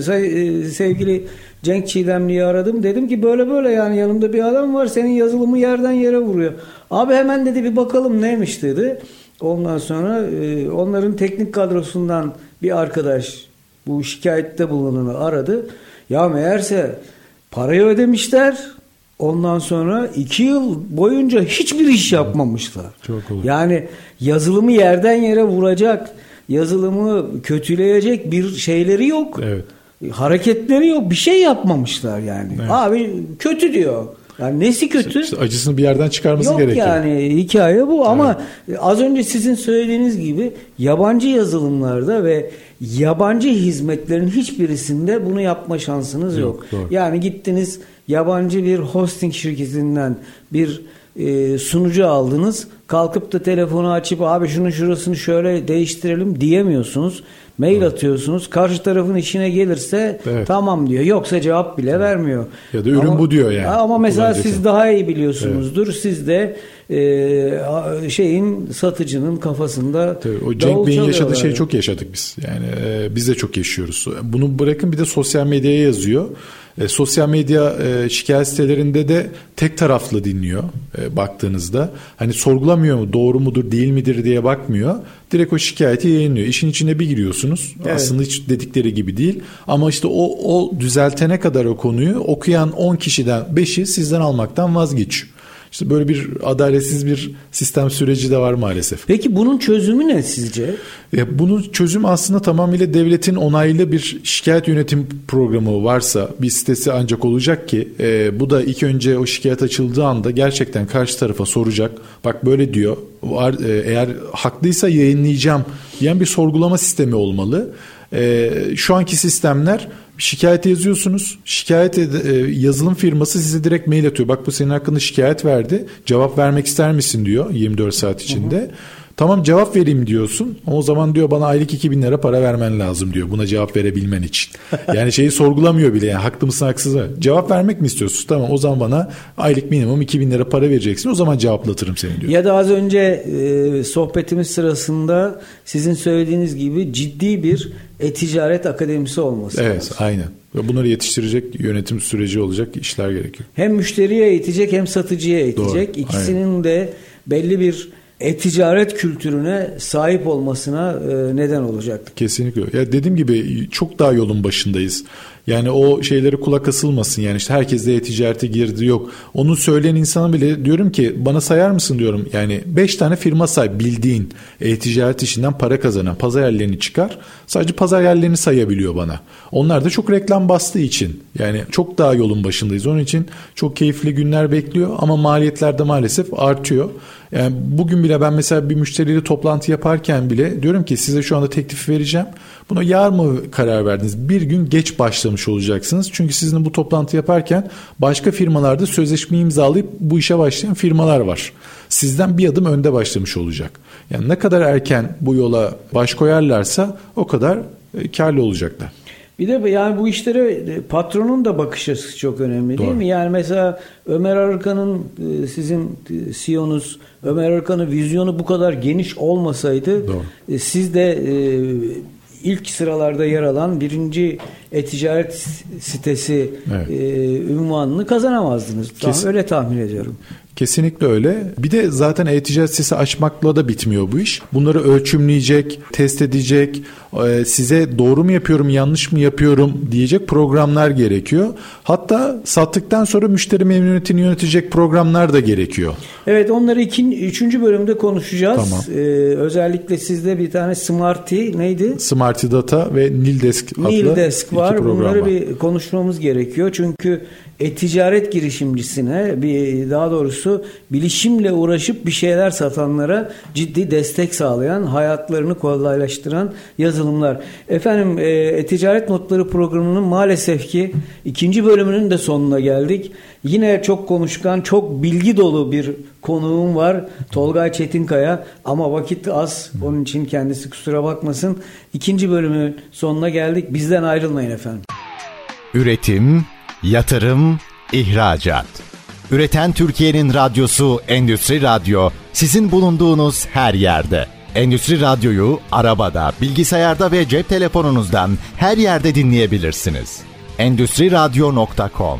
Ee, sevgili Cenk Çiğdemli'yi aradım. Dedim ki böyle böyle yani yanımda bir adam var. Senin yazılımı yerden yere vuruyor. Abi hemen dedi bir bakalım neymiş dedi. Ondan sonra e, onların teknik kadrosundan bir arkadaş bu şikayette bulunanı aradı. Ya meğerse parayı ödemişler. Ondan sonra iki yıl boyunca hiçbir iş yapmamışlar. Çok olur. Yani yazılımı yerden yere vuracak, yazılımı kötüleyecek bir şeyleri yok. Evet. Hareketleri yok. Bir şey yapmamışlar yani. Evet. Abi kötü diyor. Yani nesi kötü? İşte acısını bir yerden çıkarması yok gerekiyor. Yok yani hikaye bu ama evet. Az önce sizin söylediğiniz gibi yabancı yazılımlarda ve yabancı hizmetlerin hiçbirisinde bunu yapma şansınız yok. yok. Yani gittiniz yabancı bir hosting şirketinden bir e, sunucu aldınız. Kalkıp da telefonu açıp abi şunun şurasını şöyle değiştirelim diyemiyorsunuz. mail evet. atıyorsunuz. Karşı tarafın işine gelirse evet. tamam diyor. Yoksa cevap bile evet. vermiyor. Ya da ürün ama, bu diyor yani. Ama mesela siz daha iyi biliyorsunuzdur. Evet. Siz de e, şeyin satıcının kafasında tabii, o Cenk Bey'in yaşadığı şeyi çok yaşadık biz. Yani e, biz de çok yaşıyoruz. Bunu bırakın bir de sosyal medyaya yazıyor. E, sosyal medya e, şikayet sitelerinde de tek taraflı dinliyor e, baktığınızda. Hani sorgulamıyor mu, doğru mudur, değil midir diye bakmıyor. Direkt o şikayeti yayınlıyor. İşin içine bir giriyorsunuz. Evet. Aslında hiç dedikleri gibi değil. Ama işte o, o düzeltene kadar o konuyu okuyan on kişiden beşi sizden almaktan vazgeçiyor. İşte böyle bir adaletsiz bir sistem süreci de var maalesef. Peki bunun çözümü ne sizce? E, bunun çözümü aslında tamamıyla devletin onaylı bir şikayet yönetim programı varsa bir sitesi ancak olacak ki e, bu da ilk önce o şikayet açıldığı anda gerçekten karşı tarafa soracak. Bak böyle diyor. Var, e, eğer haklıysa yayınlayacağım diyen bir sorgulama sistemi olmalı. E, şu anki sistemler şikayet yazıyorsunuz. Şikayet ed- e, yazılım firması size direkt mail atıyor. Bak bu senin hakkında şikayet verdi. Cevap vermek ister misin diyor yirmi dört saat içinde. Hı hı. Tamam cevap vereyim diyorsun. O zaman diyor bana aylık iki bin lira para vermen lazım diyor. Buna cevap verebilmen için. Yani şeyi sorgulamıyor bile. Yani haklı mısın haksız mı? Cevap vermek mi istiyorsun? Tamam o zaman bana aylık minimum iki bin lira para vereceksin. O zaman cevaplatırım seni diyor. Ya da az önce e, sohbetimiz sırasında sizin söylediğiniz gibi ciddi bir e-ticaret akademisi olması evet, lazım. Aynen. Ve bunları yetiştirecek yönetim süreci olacak işler gerekiyor. Hem müşteriye eğitecek hem satıcıya eğitecek. Doğru, İkisinin aynen. de belli bir e-ticaret kültürüne sahip olmasına e, neden olacaktı. Kesinlikle. Ya dediğim gibi çok daha yolun başındayız. Yani o şeyleri kulak asılmasın. Yani işte herkes de e-ticarete girdi yok. Onu söyleyen insana bile diyorum ki bana sayar mısın diyorum. Yani beş tane firma say bildiğin e-ticaret işinden para kazanan pazar yerlerini çıkar. Sadece pazar yerlerini sayabiliyor bana. Onlar da çok reklam bastığı için. Yani çok daha yolun başındayız. Onun için çok keyifli günler bekliyor ama maliyetler de maalesef artıyor. Yani bugün bile ben mesela bir müşteriyle toplantı yaparken bile diyorum ki size şu anda teklif vereceğim. Buna yarın mı karar verdiniz? Bir gün geç başlamış olacaksınız. Çünkü sizinle bu toplantı yaparken başka firmalarda sözleşme imzalayıp bu işe başlayan firmalar var. Sizden bir adım önde başlamış olacak. Yani ne kadar erken bu yola baş koyarlarsa o kadar karlı olacaklar. Bir de yani bu işlere patronun da bakış açısı çok önemli değil Doğru. mi? Yani mesela Ömer Arıkan'ın sizin C E O'nuz Ömer Arıkan'ın vizyonu bu kadar geniş olmasaydı Doğru. siz de ilk sıralarda yer alan birinci e-ticaret sitesi evet. ünvanını kazanamazdınız. Kesin. Öyle tahmin ediyorum. Kesinlikle öyle. Bir de zaten e-ticaret sitesi açmakla da bitmiyor bu iş. Bunları ölçümleyecek, test edecek, size doğru mu yapıyorum, yanlış mı yapıyorum diyecek programlar gerekiyor. Hatta sattıktan sonra müşteri memnuniyetini yönetecek programlar da gerekiyor. Evet, onları ikinci, üçüncü bölümde konuşacağız. Tamam. Ee, özellikle sizde bir tane Smarty neydi? Smarty Data ve Nildesk adlı Nildesk var. Bunları bir konuşmamız gerekiyor. Çünkü e-ticaret girişimcisine, bir daha doğrusu bilişimle uğraşıp bir şeyler satanlara ciddi destek sağlayan, hayatlarını kolaylaştıran yazılımlar. Efendim, e-ticaret notları programının maalesef ki ikinci bölümünün de sonuna geldik. Yine çok konuşkan, çok bilgi dolu bir konuğum var. Tolgay Çetinkaya, ama vakit az. Onun için kendisi kusura bakmasın. İkinci bölümün sonuna geldik. Bizden ayrılmayın efendim. Üretim, yatırım, ihracat. Üreten Türkiye'nin radyosu Endüstri Radyo, sizin bulunduğunuz her yerde. Endüstri Radyo'yu arabada, bilgisayarda ve cep telefonunuzdan her yerde dinleyebilirsiniz. endüstri radyo nokta com.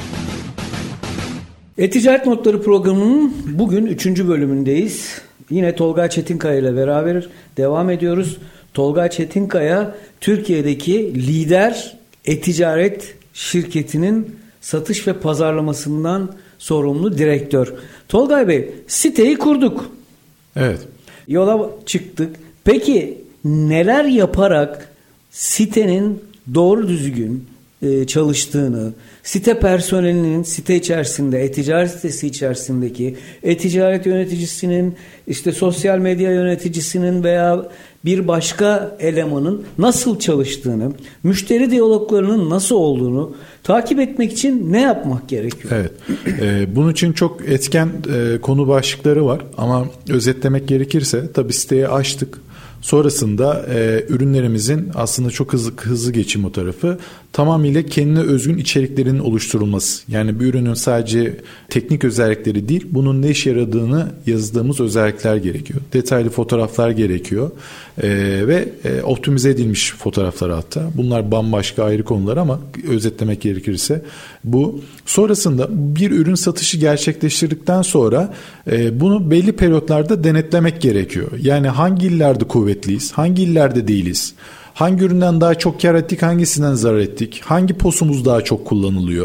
E-Ticaret Notları programının bugün üçüncü bölümündeyiz. Yine Tolgay Çetinkaya ile beraber devam ediyoruz. Tolgay Çetinkaya, Türkiye'deki lider e-ticaret şirketinin satış ve pazarlamasından sorumlu direktör. Tolgay Bey, siteyi kurduk. Evet. Yola çıktık. Peki neler yaparak sitenin doğru düzgün e, çalıştığını, site personelinin site içerisinde, e-ticaret sitesi içerisindeki e-ticaret yöneticisinin, işte sosyal medya yöneticisinin veya bir başka elemanın nasıl çalıştığını, müşteri diyaloglarının nasıl olduğunu takip etmek için ne yapmak gerekiyor? Evet. Ee, bunun için çok etken e, konu başlıkları var ama özetlemek gerekirse tabii siteyi açtık. Sonrasında e, ürünlerimizin aslında çok hızlı hızlı geçim o tarafı tamamıyla kendine özgün içeriklerin oluşturulması. Yani bir ürünün sadece teknik özellikleri değil, bunun ne işe yaradığını yazdığımız özellikler gerekiyor. Detaylı fotoğraflar gerekiyor e, ve e, optimize edilmiş fotoğraflar hatta. Bunlar bambaşka ayrı konular ama özetlemek gerekirse bu. Sonrasında bir ürün satışı gerçekleştirdikten sonra e, bunu belli periyotlarda denetlemek gerekiyor. Yani hangi illerde kuvvetliyiz, hangi illerde değiliz? Hangi üründen daha çok kar ettik, hangisinden zarar ettik? Hangi posumuz daha çok kullanılıyor?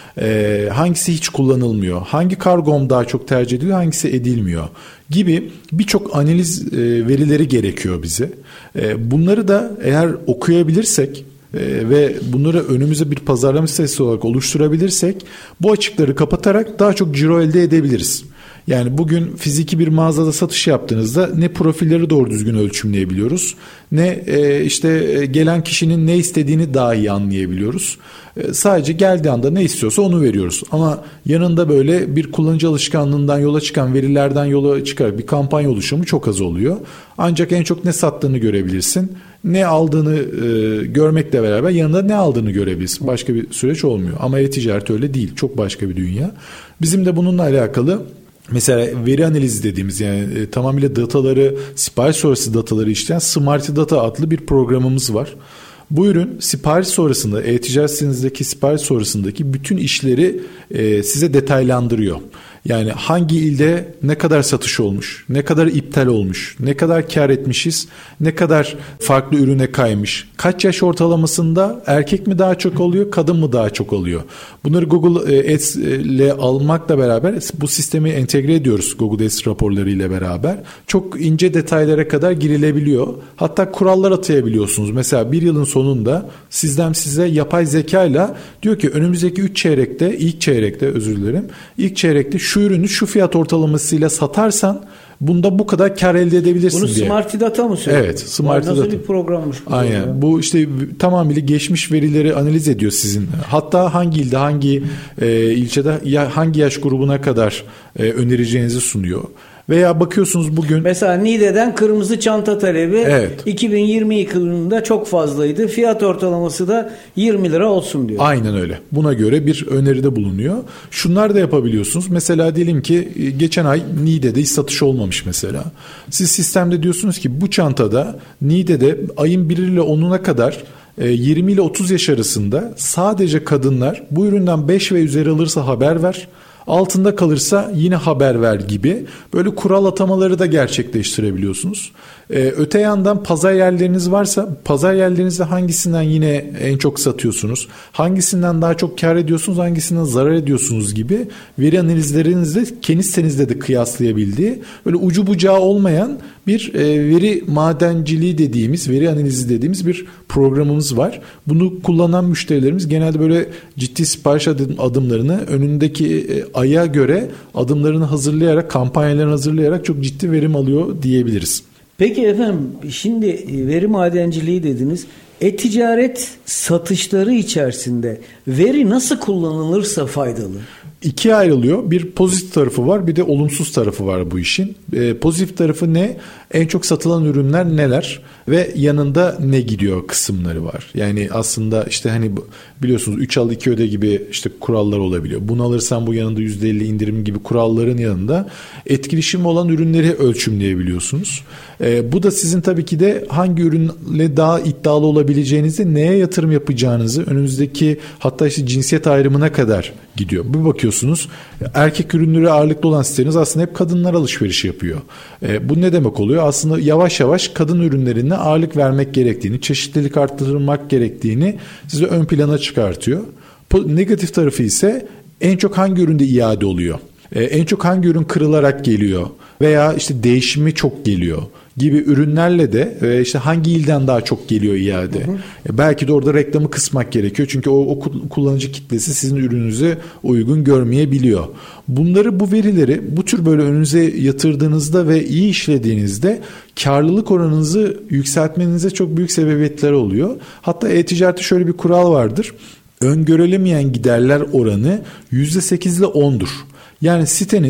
Ee, hangisi hiç kullanılmıyor? Hangi kargom daha çok tercih ediliyor, hangisi edilmiyor? Gibi birçok analiz e, verileri gerekiyor bize. E, bunları da eğer okuyabilirsek e, ve bunları önümüze bir pazarlama sitesi olarak oluşturabilirsek bu açıkları kapatarak daha çok ciro elde edebiliriz. Yani bugün fiziki bir mağazada satış yaptığınızda ne profilleri doğru düzgün ölçümleyebiliyoruz, ne e, işte gelen kişinin ne istediğini daha iyi anlayabiliyoruz. E, sadece geldiği anda ne istiyorsa onu veriyoruz. Ama yanında böyle bir kullanıcı alışkanlığından yola çıkan verilerden yola çıkarak bir kampanya oluşumu çok az oluyor. Ancak en çok ne sattığını görebilirsin, ne aldığını e, görmekle beraber yanında ne aldığını görebilirsin. Başka bir süreç olmuyor. Ama e-ticaret öyle değil. Çok başka bir dünya. Bizim de bununla alakalı mesela veri analizi dediğimiz, yani e, tamamıyla dataları, sipariş sonrası dataları işleyen Smart Data adlı bir programımız var. Bu ürün sipariş sonrasında, e-ticaret sitenizdeki sipariş sonrasındaki bütün işleri e, size detaylandırıyor. Yani hangi ilde ne kadar satış olmuş, ne kadar iptal olmuş, ne kadar kar etmişiz, ne kadar farklı ürüne kaymış, kaç yaş ortalamasında erkek mi daha çok oluyor, kadın mı daha çok oluyor. Bunları Google Ads ile almakla beraber bu sistemi entegre ediyoruz Google Ads raporları ile beraber. Çok ince detaylara kadar girilebiliyor. Hatta kurallar atayabiliyorsunuz. Mesela bir yılın sonunda sizden size yapay zeka ile diyor ki önümüzdeki üç çeyrekte, ilk çeyrekte özür dilerim, ilk çeyrekte şu ürünü şu fiyat ortalamasıyla satarsan bunda bu kadar kar elde edebilirsin Bunu diye. Bunu Smart Data mı söylüyor? Evet. Smart Nasıl Data. bir programmış bu? Aynen. Ya? Bu işte tamamıyla geçmiş verileri analiz ediyor sizin. Hatta hangi ilde, hangi e, ilçede, ya, hangi yaş grubuna kadar e, önereceğinizi sunuyor. Veya bakıyorsunuz bugün... Mesela Nide'den kırmızı çanta talebi evet. iki bin yirmi yılında çok fazlaydı. Fiyat ortalaması da yirmi lira olsun diyor. Aynen öyle. Buna göre bir öneride bulunuyor. Şunlar da yapabiliyorsunuz. Mesela diyelim ki geçen ay Nide'de hiç satış olmamış mesela. Siz sistemde diyorsunuz ki bu çantada Nide'de ayın bir ile onuna kadar yirmi ile otuz yaş arasında sadece kadınlar bu üründen beş ve üzeri alırsa haber ver. Altında kalırsa yine haber ver gibi böyle kural atamaları da gerçekleştirebiliyorsunuz. Ee, öte yandan pazar yerleriniz varsa pazar yerlerinizde hangisinden yine en çok satıyorsunuz, hangisinden daha çok kar ediyorsunuz, hangisinden zarar ediyorsunuz gibi veri analizlerinizle kendi sitenizde de kıyaslayabildiği böyle ucu bucağı olmayan bir e, veri madenciliği dediğimiz, veri analizi dediğimiz bir programımız var. Bunu kullanan müşterilerimiz genelde böyle ciddi sipariş adım, adımlarını önündeki e, aya göre adımlarını hazırlayarak, kampanyalarını hazırlayarak çok ciddi verim alıyor diyebiliriz. Peki efendim, şimdi veri madenciliği dediniz. E-ticaret satışları içerisinde veri nasıl kullanılırsa faydalı? İkiye ayrılıyor. Bir pozitif tarafı var, bir de olumsuz tarafı var bu işin. E, pozitif tarafı ne? En çok satılan ürünler neler ve yanında ne gidiyor kısımları var. Yani aslında işte hani biliyorsunuz üç al iki öde gibi işte kurallar olabiliyor. Bunu alırsan bu yanında yüzde elli indirim gibi kuralların yanında etkileşim olan ürünleri ölçümleyebiliyorsunuz. E, bu da sizin tabii ki de hangi ürünle daha iddialı olabileceğinizi, neye yatırım yapacağınızı, önümüzdeki hatta işte cinsiyet ayrımına kadar gidiyor. Bir bakıyorsunuz erkek ürünleri ağırlıklı olan siteniz aslında hep kadınlar alışveriş yapıyor. E, bu ne demek oluyor? Aslında yavaş yavaş kadın ürünlerine ağırlık vermek gerektiğini, çeşitlilik arttırmak gerektiğini size ön plana çıkartıyor. Negatif tarafı ise en çok hangi üründe iade oluyor? Ee, en çok hangi ürün kırılarak geliyor? Veya işte değişimi çok geliyor gibi ürünlerle de e, işte hangi ilden daha çok geliyor iade? Hı hı. E, belki de orada reklamı kısmak gerekiyor. Çünkü o, o kullanıcı kitlesi sizin ürününüze uygun görmeyebiliyor. Bunları, bu verileri bu tür böyle önünüze yatırdığınızda ve iyi işlediğinizde karlılık oranınızı yükseltmenize çok büyük sebebiyetler oluyor. Hatta e-ticarette şöyle bir kural vardır. Öngörülemeyen giderler oranı yüzde sekiz ile ondur. Yani siteniz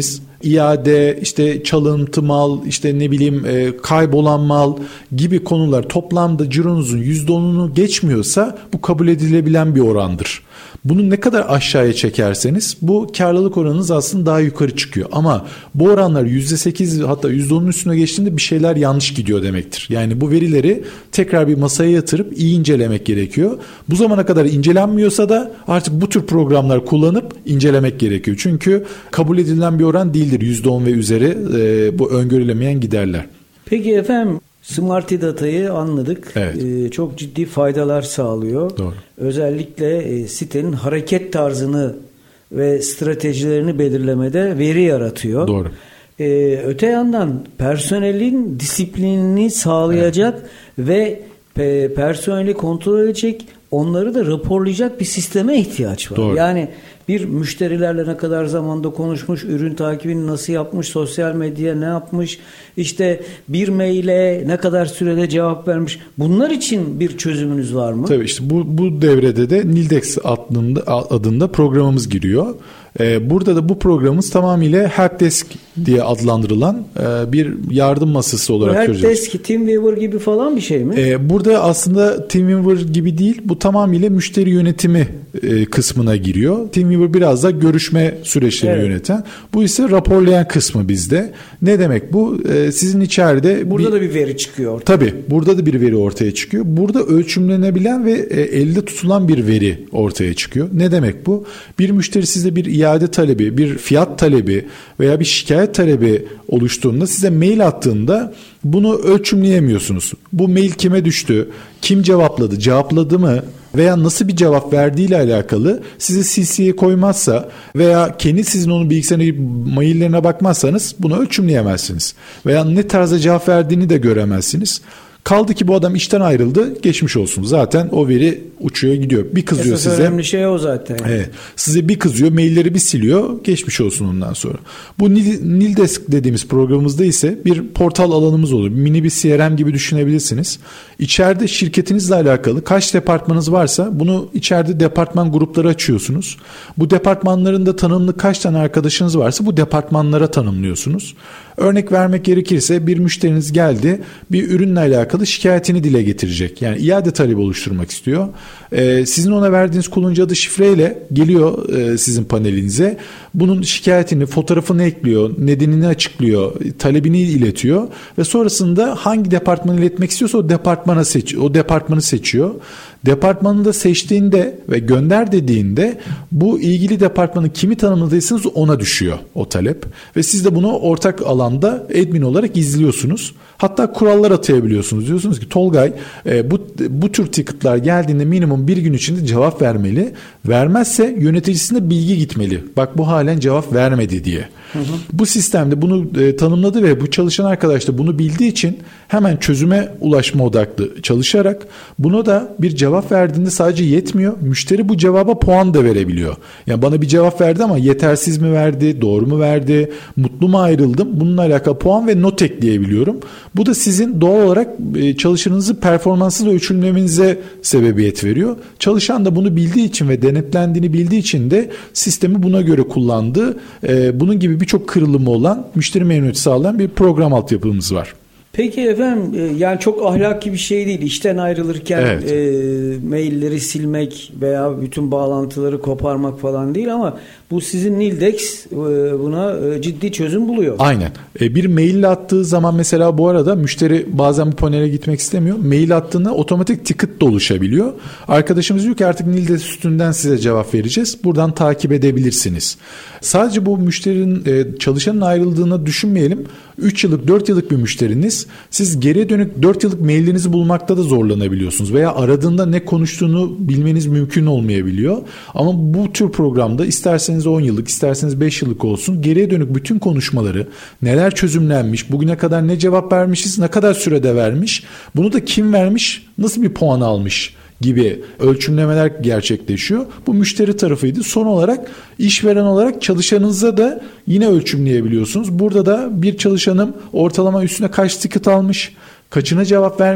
iade, işte çalıntı mal, işte ne bileyim e, kaybolan mal gibi konular toplamda cironuzun yüzde onunu geçmiyorsa bu kabul edilebilen bir orandır. Bunu ne kadar aşağıya çekerseniz bu karlılık oranınız aslında daha yukarı çıkıyor. Ama bu oranlar yüzde sekiz hatta yüzde onun üstüne geçtiğinde bir şeyler yanlış gidiyor demektir. Yani bu verileri tekrar bir masaya yatırıp iyi incelemek gerekiyor. Bu zamana kadar incelenmiyorsa da artık bu tür programlar kullanıp incelemek gerekiyor. Çünkü kabul edilen bir oran değildir yüzde on ve üzeri e, bu öngörülemeyen giderler. Peki efendim, Smarty Data'yı anladık. Evet. Ee, çok ciddi faydalar sağlıyor. Doğru. Özellikle e, sitenin hareket tarzını ve stratejilerini belirlemede veri yaratıyor. Doğru. Ee, öte yandan personelin disiplinini sağlayacak evet. ve pe- personeli kontrol edecek, onları da raporlayacak bir sisteme ihtiyaç var. Doğru. Yani bir müşterilerle ne kadar zamanda konuşmuş, ürün takibini nasıl yapmış, sosyal medyaya ne yapmış, işte bir maile ne kadar sürede cevap vermiş. Bunlar için bir çözümünüz var mı? Tabii işte bu, bu devrede de Nildex adında, adında programımız giriyor. Ee, burada da bu programımız tamamıyla Helpdesk diye adlandırılan e, bir yardım masası olarak göreceğiz. Helpdesk, Teamweaver gibi falan bir şey mi? Ee, burada aslında Teamweaver gibi değil, bu tamamıyla müşteri yönetimi e, kısmına giriyor. Teamweaver biraz da görüşme süreçlerini evet. yöneten. Bu ise raporlayan kısmı bizde. Ne demek bu? Ee, sizin içeride... Burada bir, da bir veri çıkıyor ortaya. Tabii. Burada da bir veri ortaya çıkıyor. Burada ölçümlenebilen ve e, elde tutulan bir veri ortaya çıkıyor. Ne demek bu? Bir müşteri size bir iade talebi, bir fiyat talebi veya bir şikayet talebi oluştuğunda size mail attığında bunu ölçümleyemiyorsunuz. Bu mail kime düştü? Kim cevapladı? Cevapladı mı? Veya nasıl bir cevap verdiğiyle alakalı size C C'ye koymazsa veya kendi sizin onun bilgisayarına maillerine bakmazsanız bunu ölçümleyemezsiniz. Veya ne tarzda cevap verdiğini de göremezsiniz. Kaldı ki bu adam işten ayrıldı, geçmiş olsun. Zaten o veri uçuyor gidiyor. Bir kızıyor Esas size. önemli şey o zaten. Evet. Size bir kızıyor, mailleri bir siliyor, geçmiş olsun ondan sonra. Bu Nildesk dediğimiz programımızda ise bir portal alanımız olur. Mini bir C R M gibi düşünebilirsiniz. İçeride şirketinizle alakalı kaç departmanınız varsa bunu içeride departman grupları açıyorsunuz. Bu departmanların da tanımlı kaç tane arkadaşınız varsa bu departmanlara tanımlıyorsunuz. Örnek vermek gerekirse bir müşteriniz geldi, bir ürünle alakalı şikayetini dile getirecek. Yani iade talebi oluşturmak istiyor. Ee, sizin ona verdiğiniz kullanıcı adı şifreyle geliyor e, sizin panelinize. Bunun şikayetini, fotoğrafını ekliyor, nedenini açıklıyor, talebini iletiyor ve sonrasında hangi departmanı iletmek istiyorsa o departmana seç, o departmanı seçiyor. Departmanı da seçtiğinde ve gönder dediğinde bu ilgili departmanın kimi tanımladıysanız ona düşüyor o talep ve siz de bunu ortak alanda admin olarak izliyorsunuz. Hatta kurallar atayabiliyorsunuz. Diyorsunuz ki Tolgay e, bu bu tür ticket'lar geldiğinde minimum bir gün içinde cevap vermeli. Vermezse yöneticisine bilgi gitmeli. Bak bu halen cevap vermedi diye. Hı hı. Bu sistemde bunu e, tanımladı ve bu çalışan arkadaş da bunu bildiği için hemen çözüme ulaşma odaklı çalışarak buna da bir cevap verdiğinde sadece yetmiyor. Müşteri bu cevaba puan da verebiliyor. Yani bana bir cevap verdi ama yetersiz mi verdi, doğru mu verdi, mutlu mu ayrıldım? Bununla alakalı puan ve not ekleyebiliyorum. Bu da sizin doğal olarak çalışanınızı performansınızı ölçümlemenize sebebiyet veriyor. Çalışan da bunu bildiği için ve denetlendiğini bildiği için de sistemi buna göre kullandı. Bunun gibi birçok kırılımı olan, müşteri memnuniyeti sağlayan bir program altyapımız var. Peki efendim, yani çok ahlaki bir şey değil. İşten ayrılırken evet. e, mailleri silmek veya bütün bağlantıları koparmak falan değil ama bu sizin Nildex e, buna e, ciddi çözüm buluyor. Aynen. E, bir mail attığı zaman mesela bu arada müşteri bazen bu panele gitmek istemiyor. Mail attığında otomatik ticket de oluşabiliyor. Arkadaşımız diyor ki artık Nildex üstünden size cevap vereceğiz. Buradan takip edebilirsiniz. Sadece bu müşterinin e, çalışanın ayrıldığını düşünmeyelim. üç yıllık dört yıllık bir müşteriniz, siz geriye dönük dört yıllık maillerinizi bulmakta da zorlanabiliyorsunuz veya aradığında ne konuştuğunu bilmeniz mümkün olmayabiliyor. Ama bu tür programda isterseniz on yıllık isterseniz beş yıllık olsun, geriye dönük bütün konuşmaları, neler çözümlenmiş, bugüne kadar ne cevap vermişiz, ne kadar sürede vermiş, bunu da kim vermiş, nasıl bir puan almış gibi ölçümlemeler gerçekleşiyor. Bu müşteri tarafıydı. Son olarak işveren olarak çalışanınıza da yine ölçümleyebiliyorsunuz. Burada da bir çalışanım ortalama üstüne kaç ticket almış, kaçına cevap vermiş,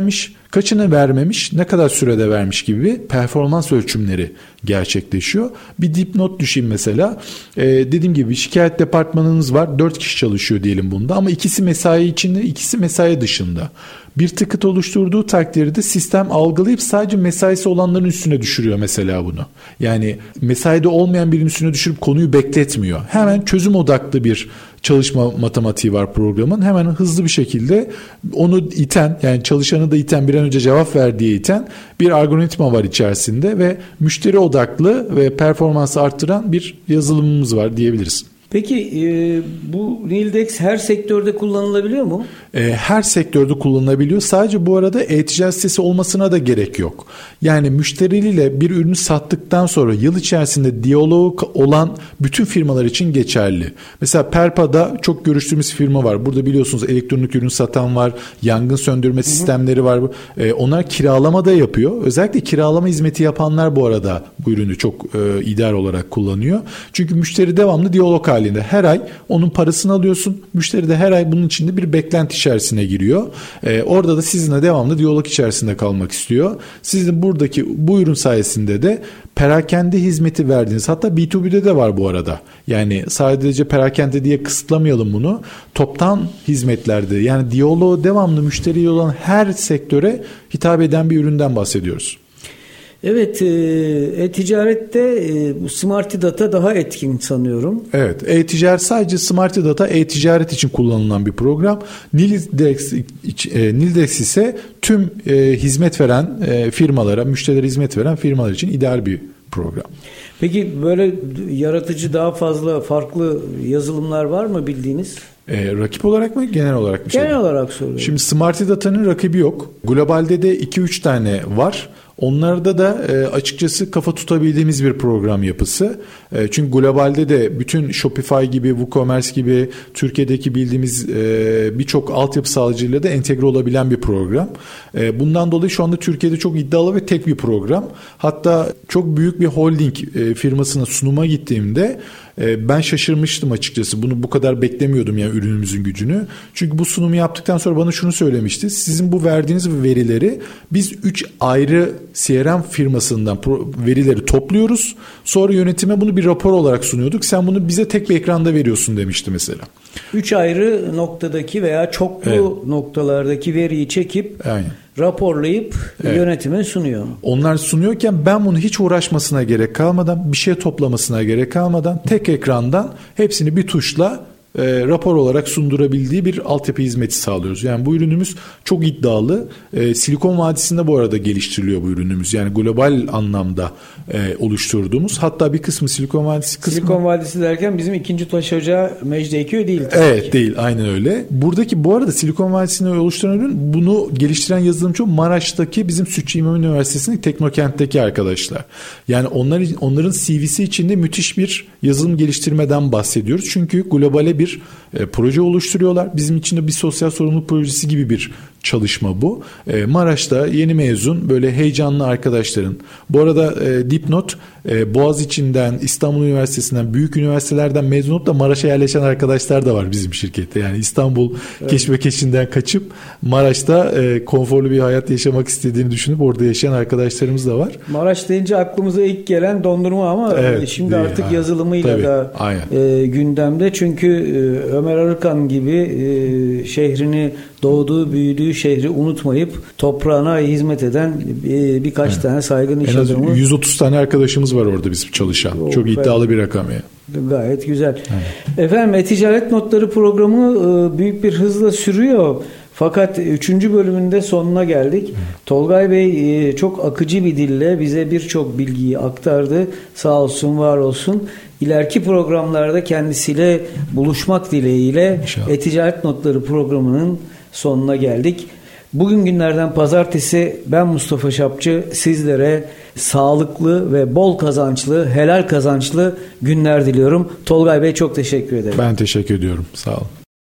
Kaçını vermemiş, ne kadar sürede vermiş gibi performans ölçümleri gerçekleşiyor. Bir dipnot düşeyim mesela. Ee, dediğim gibi şikayet departmanınız var. dört kişi çalışıyor diyelim bunda ama ikisi mesai içinde, ikisi mesai dışında. Bir tıkıt oluşturduğu takdirde sistem algılayıp sadece mesaisi olanların üstüne düşürüyor mesela bunu. Yani mesaide olmayan birinin üstüne düşürüp konuyu bekletmiyor. Hemen çözüm odaklı bir çalışma matematiği var programın. Hemen hızlı bir şekilde onu iten, yani çalışanı da iten, bir an önce cevap ver diye iten bir algoritma var içerisinde ve müşteri odaklı ve performansı arttıran bir yazılımımız var diyebiliriz. Peki e, bu Nildex her sektörde kullanılabiliyor mu? E, her sektörde kullanılabiliyor. Sadece bu arada e-ticaret sitesi olmasına da gerek yok. Yani müşteriyle bir ürünü sattıktan sonra yıl içerisinde diyalog olan bütün firmalar için geçerli. Mesela Perpa'da çok görüştüğümüz firma var. Burada biliyorsunuz elektronik ürün satan var, yangın söndürme Hı-hı. sistemleri var. E, onlar kiralama da yapıyor. Özellikle kiralama hizmeti yapanlar bu arada bu ürünü çok e, ideal olarak kullanıyor. Çünkü müşteri devamlı diyalog halinde. Her ay onun parasını alıyorsun. Müşteri de her ay bunun içinde bir beklenti içerisine giriyor. Ee, orada da sizinle devamlı diyalog içerisinde kalmak istiyor. Sizin buradaki bu ürün sayesinde de perakende hizmeti verdiğiniz, hatta B iki B'de de var bu arada. Yani sadece perakende diye kısıtlamayalım bunu. Toptan hizmetlerde, yani diyaloğu devamlı müşteriye olan her sektöre hitap eden bir üründen bahsediyoruz. Evet, e-ticarette e, bu Smarty Data daha etkin sanıyorum. Evet, e-ticaret sadece Smarty Data e-ticaret için kullanılan bir program. Nildex, e, Nildex ise tüm e, hizmet veren e, firmalara, müşterilere hizmet veren firmalar için ideal bir program. Peki böyle yaratıcı daha fazla farklı yazılımlar var mı bildiğiniz? E, rakip olarak mı, genel olarak mı? Genel şey? olarak soruyorum. Şimdi Smarty Data'nın rakibi yok. Globalde de iki üç tane var. Onlarda da e, açıkçası kafa tutabildiğimiz bir program yapısı. E, çünkü globalde de bütün Shopify gibi, WooCommerce gibi Türkiye'deki bildiğimiz e, birçok altyapı sağlayıcıyla da entegre olabilen bir program. E, bundan dolayı şu anda Türkiye'de çok iddialı ve tek bir program. Hatta çok büyük bir holding e, firmasına sunuma gittiğimde e, ben şaşırmıştım açıkçası. Bunu bu kadar beklemiyordum yani ürünümüzün gücünü. Çünkü bu sunumu yaptıktan sonra bana şunu söylemişti. Sizin bu verdiğiniz verileri biz üç ayrı C R M firmasından verileri topluyoruz. Sonra yönetime bunu bir rapor olarak sunuyorduk. Sen bunu bize tek bir ekranda veriyorsun demişti mesela. Üç ayrı noktadaki veya çoklu evet. noktalardaki veriyi çekip Aynen. raporlayıp evet. yönetime sunuyor. Onlar sunuyorken ben bunu hiç uğraşmasına gerek kalmadan, bir şey toplamasına gerek kalmadan tek ekrandan hepsini bir tuşla E, rapor olarak sundurabildiği bir altyapı hizmeti sağlıyoruz. Yani bu ürünümüz çok iddialı. E, Silikon Vadisi'nde bu arada geliştiriliyor bu ürünümüz. Yani global anlamda e, oluşturduğumuz. Hatta bir kısmı Silikon Vadisi kısmı. Silikon Vadisi derken bizim ikinci taş ocağı Mecidiyeköy değil. Evet ki. değil. Aynen öyle. Buradaki bu arada Silikon Vadisi'ni oluşturan ürün, bunu geliştiren yazılımcı Maraş'taki bizim Sütçü İmam Üniversitesi'nin Teknokent'teki arkadaşlar. Yani onlar, onların C V'si içinde müthiş bir yazılım geliştirmeden bahsediyoruz. Çünkü globale bir e, proje oluşturuyorlar. Bizim için de bir sosyal sorumluluk projesi gibi bir çalışma bu. E, Maraş'ta yeni mezun böyle heyecanlı arkadaşların. Bu arada e, dipnot e, Boğaziçi'nden, İstanbul Üniversitesi'nden, büyük üniversitelerden mezun olup da Maraş'a yerleşen arkadaşlar da var bizim şirkette. Yani İstanbul evet. keşmekeşinden kaçıp Maraş'ta e, konforlu bir hayat yaşamak istediğini düşünüp orada yaşayan arkadaşlarımız da var. Maraş deyince aklımıza ilk gelen dondurma ama evet, şimdi değil, artık aynen. yazılımıyla Tabii, da e, gündemde. Çünkü e, Ömer Arıkan gibi e, şehrini, doğduğu, büyüdüğü şehri unutmayıp toprağına hizmet eden e, birkaç evet. tane saygın iş adamı. En az yüz otuz tane arkadaşımız var orada bizim çalışan. O, Çok ben, iddialı bir rakam ya. Gayet güzel. Evet. Efendim E-Ticaret Notları programı e, büyük bir hızla sürüyor. Fakat üçüncü bölümünde sonuna geldik. Evet. Tolgay Bey e, çok akıcı bir dille bize birçok bilgiyi aktardı. Sağ olsun, var olsun. İleriki programlarda kendisiyle buluşmak dileğiyle E-Ticaret Notları programının sonuna geldik. Bugün günlerden pazartesi, ben Mustafa Şapçı, sizlere sağlıklı ve bol kazançlı, helal kazançlı günler diliyorum. Tolgay Bey çok teşekkür ederim. Ben teşekkür ediyorum. Sağ olun.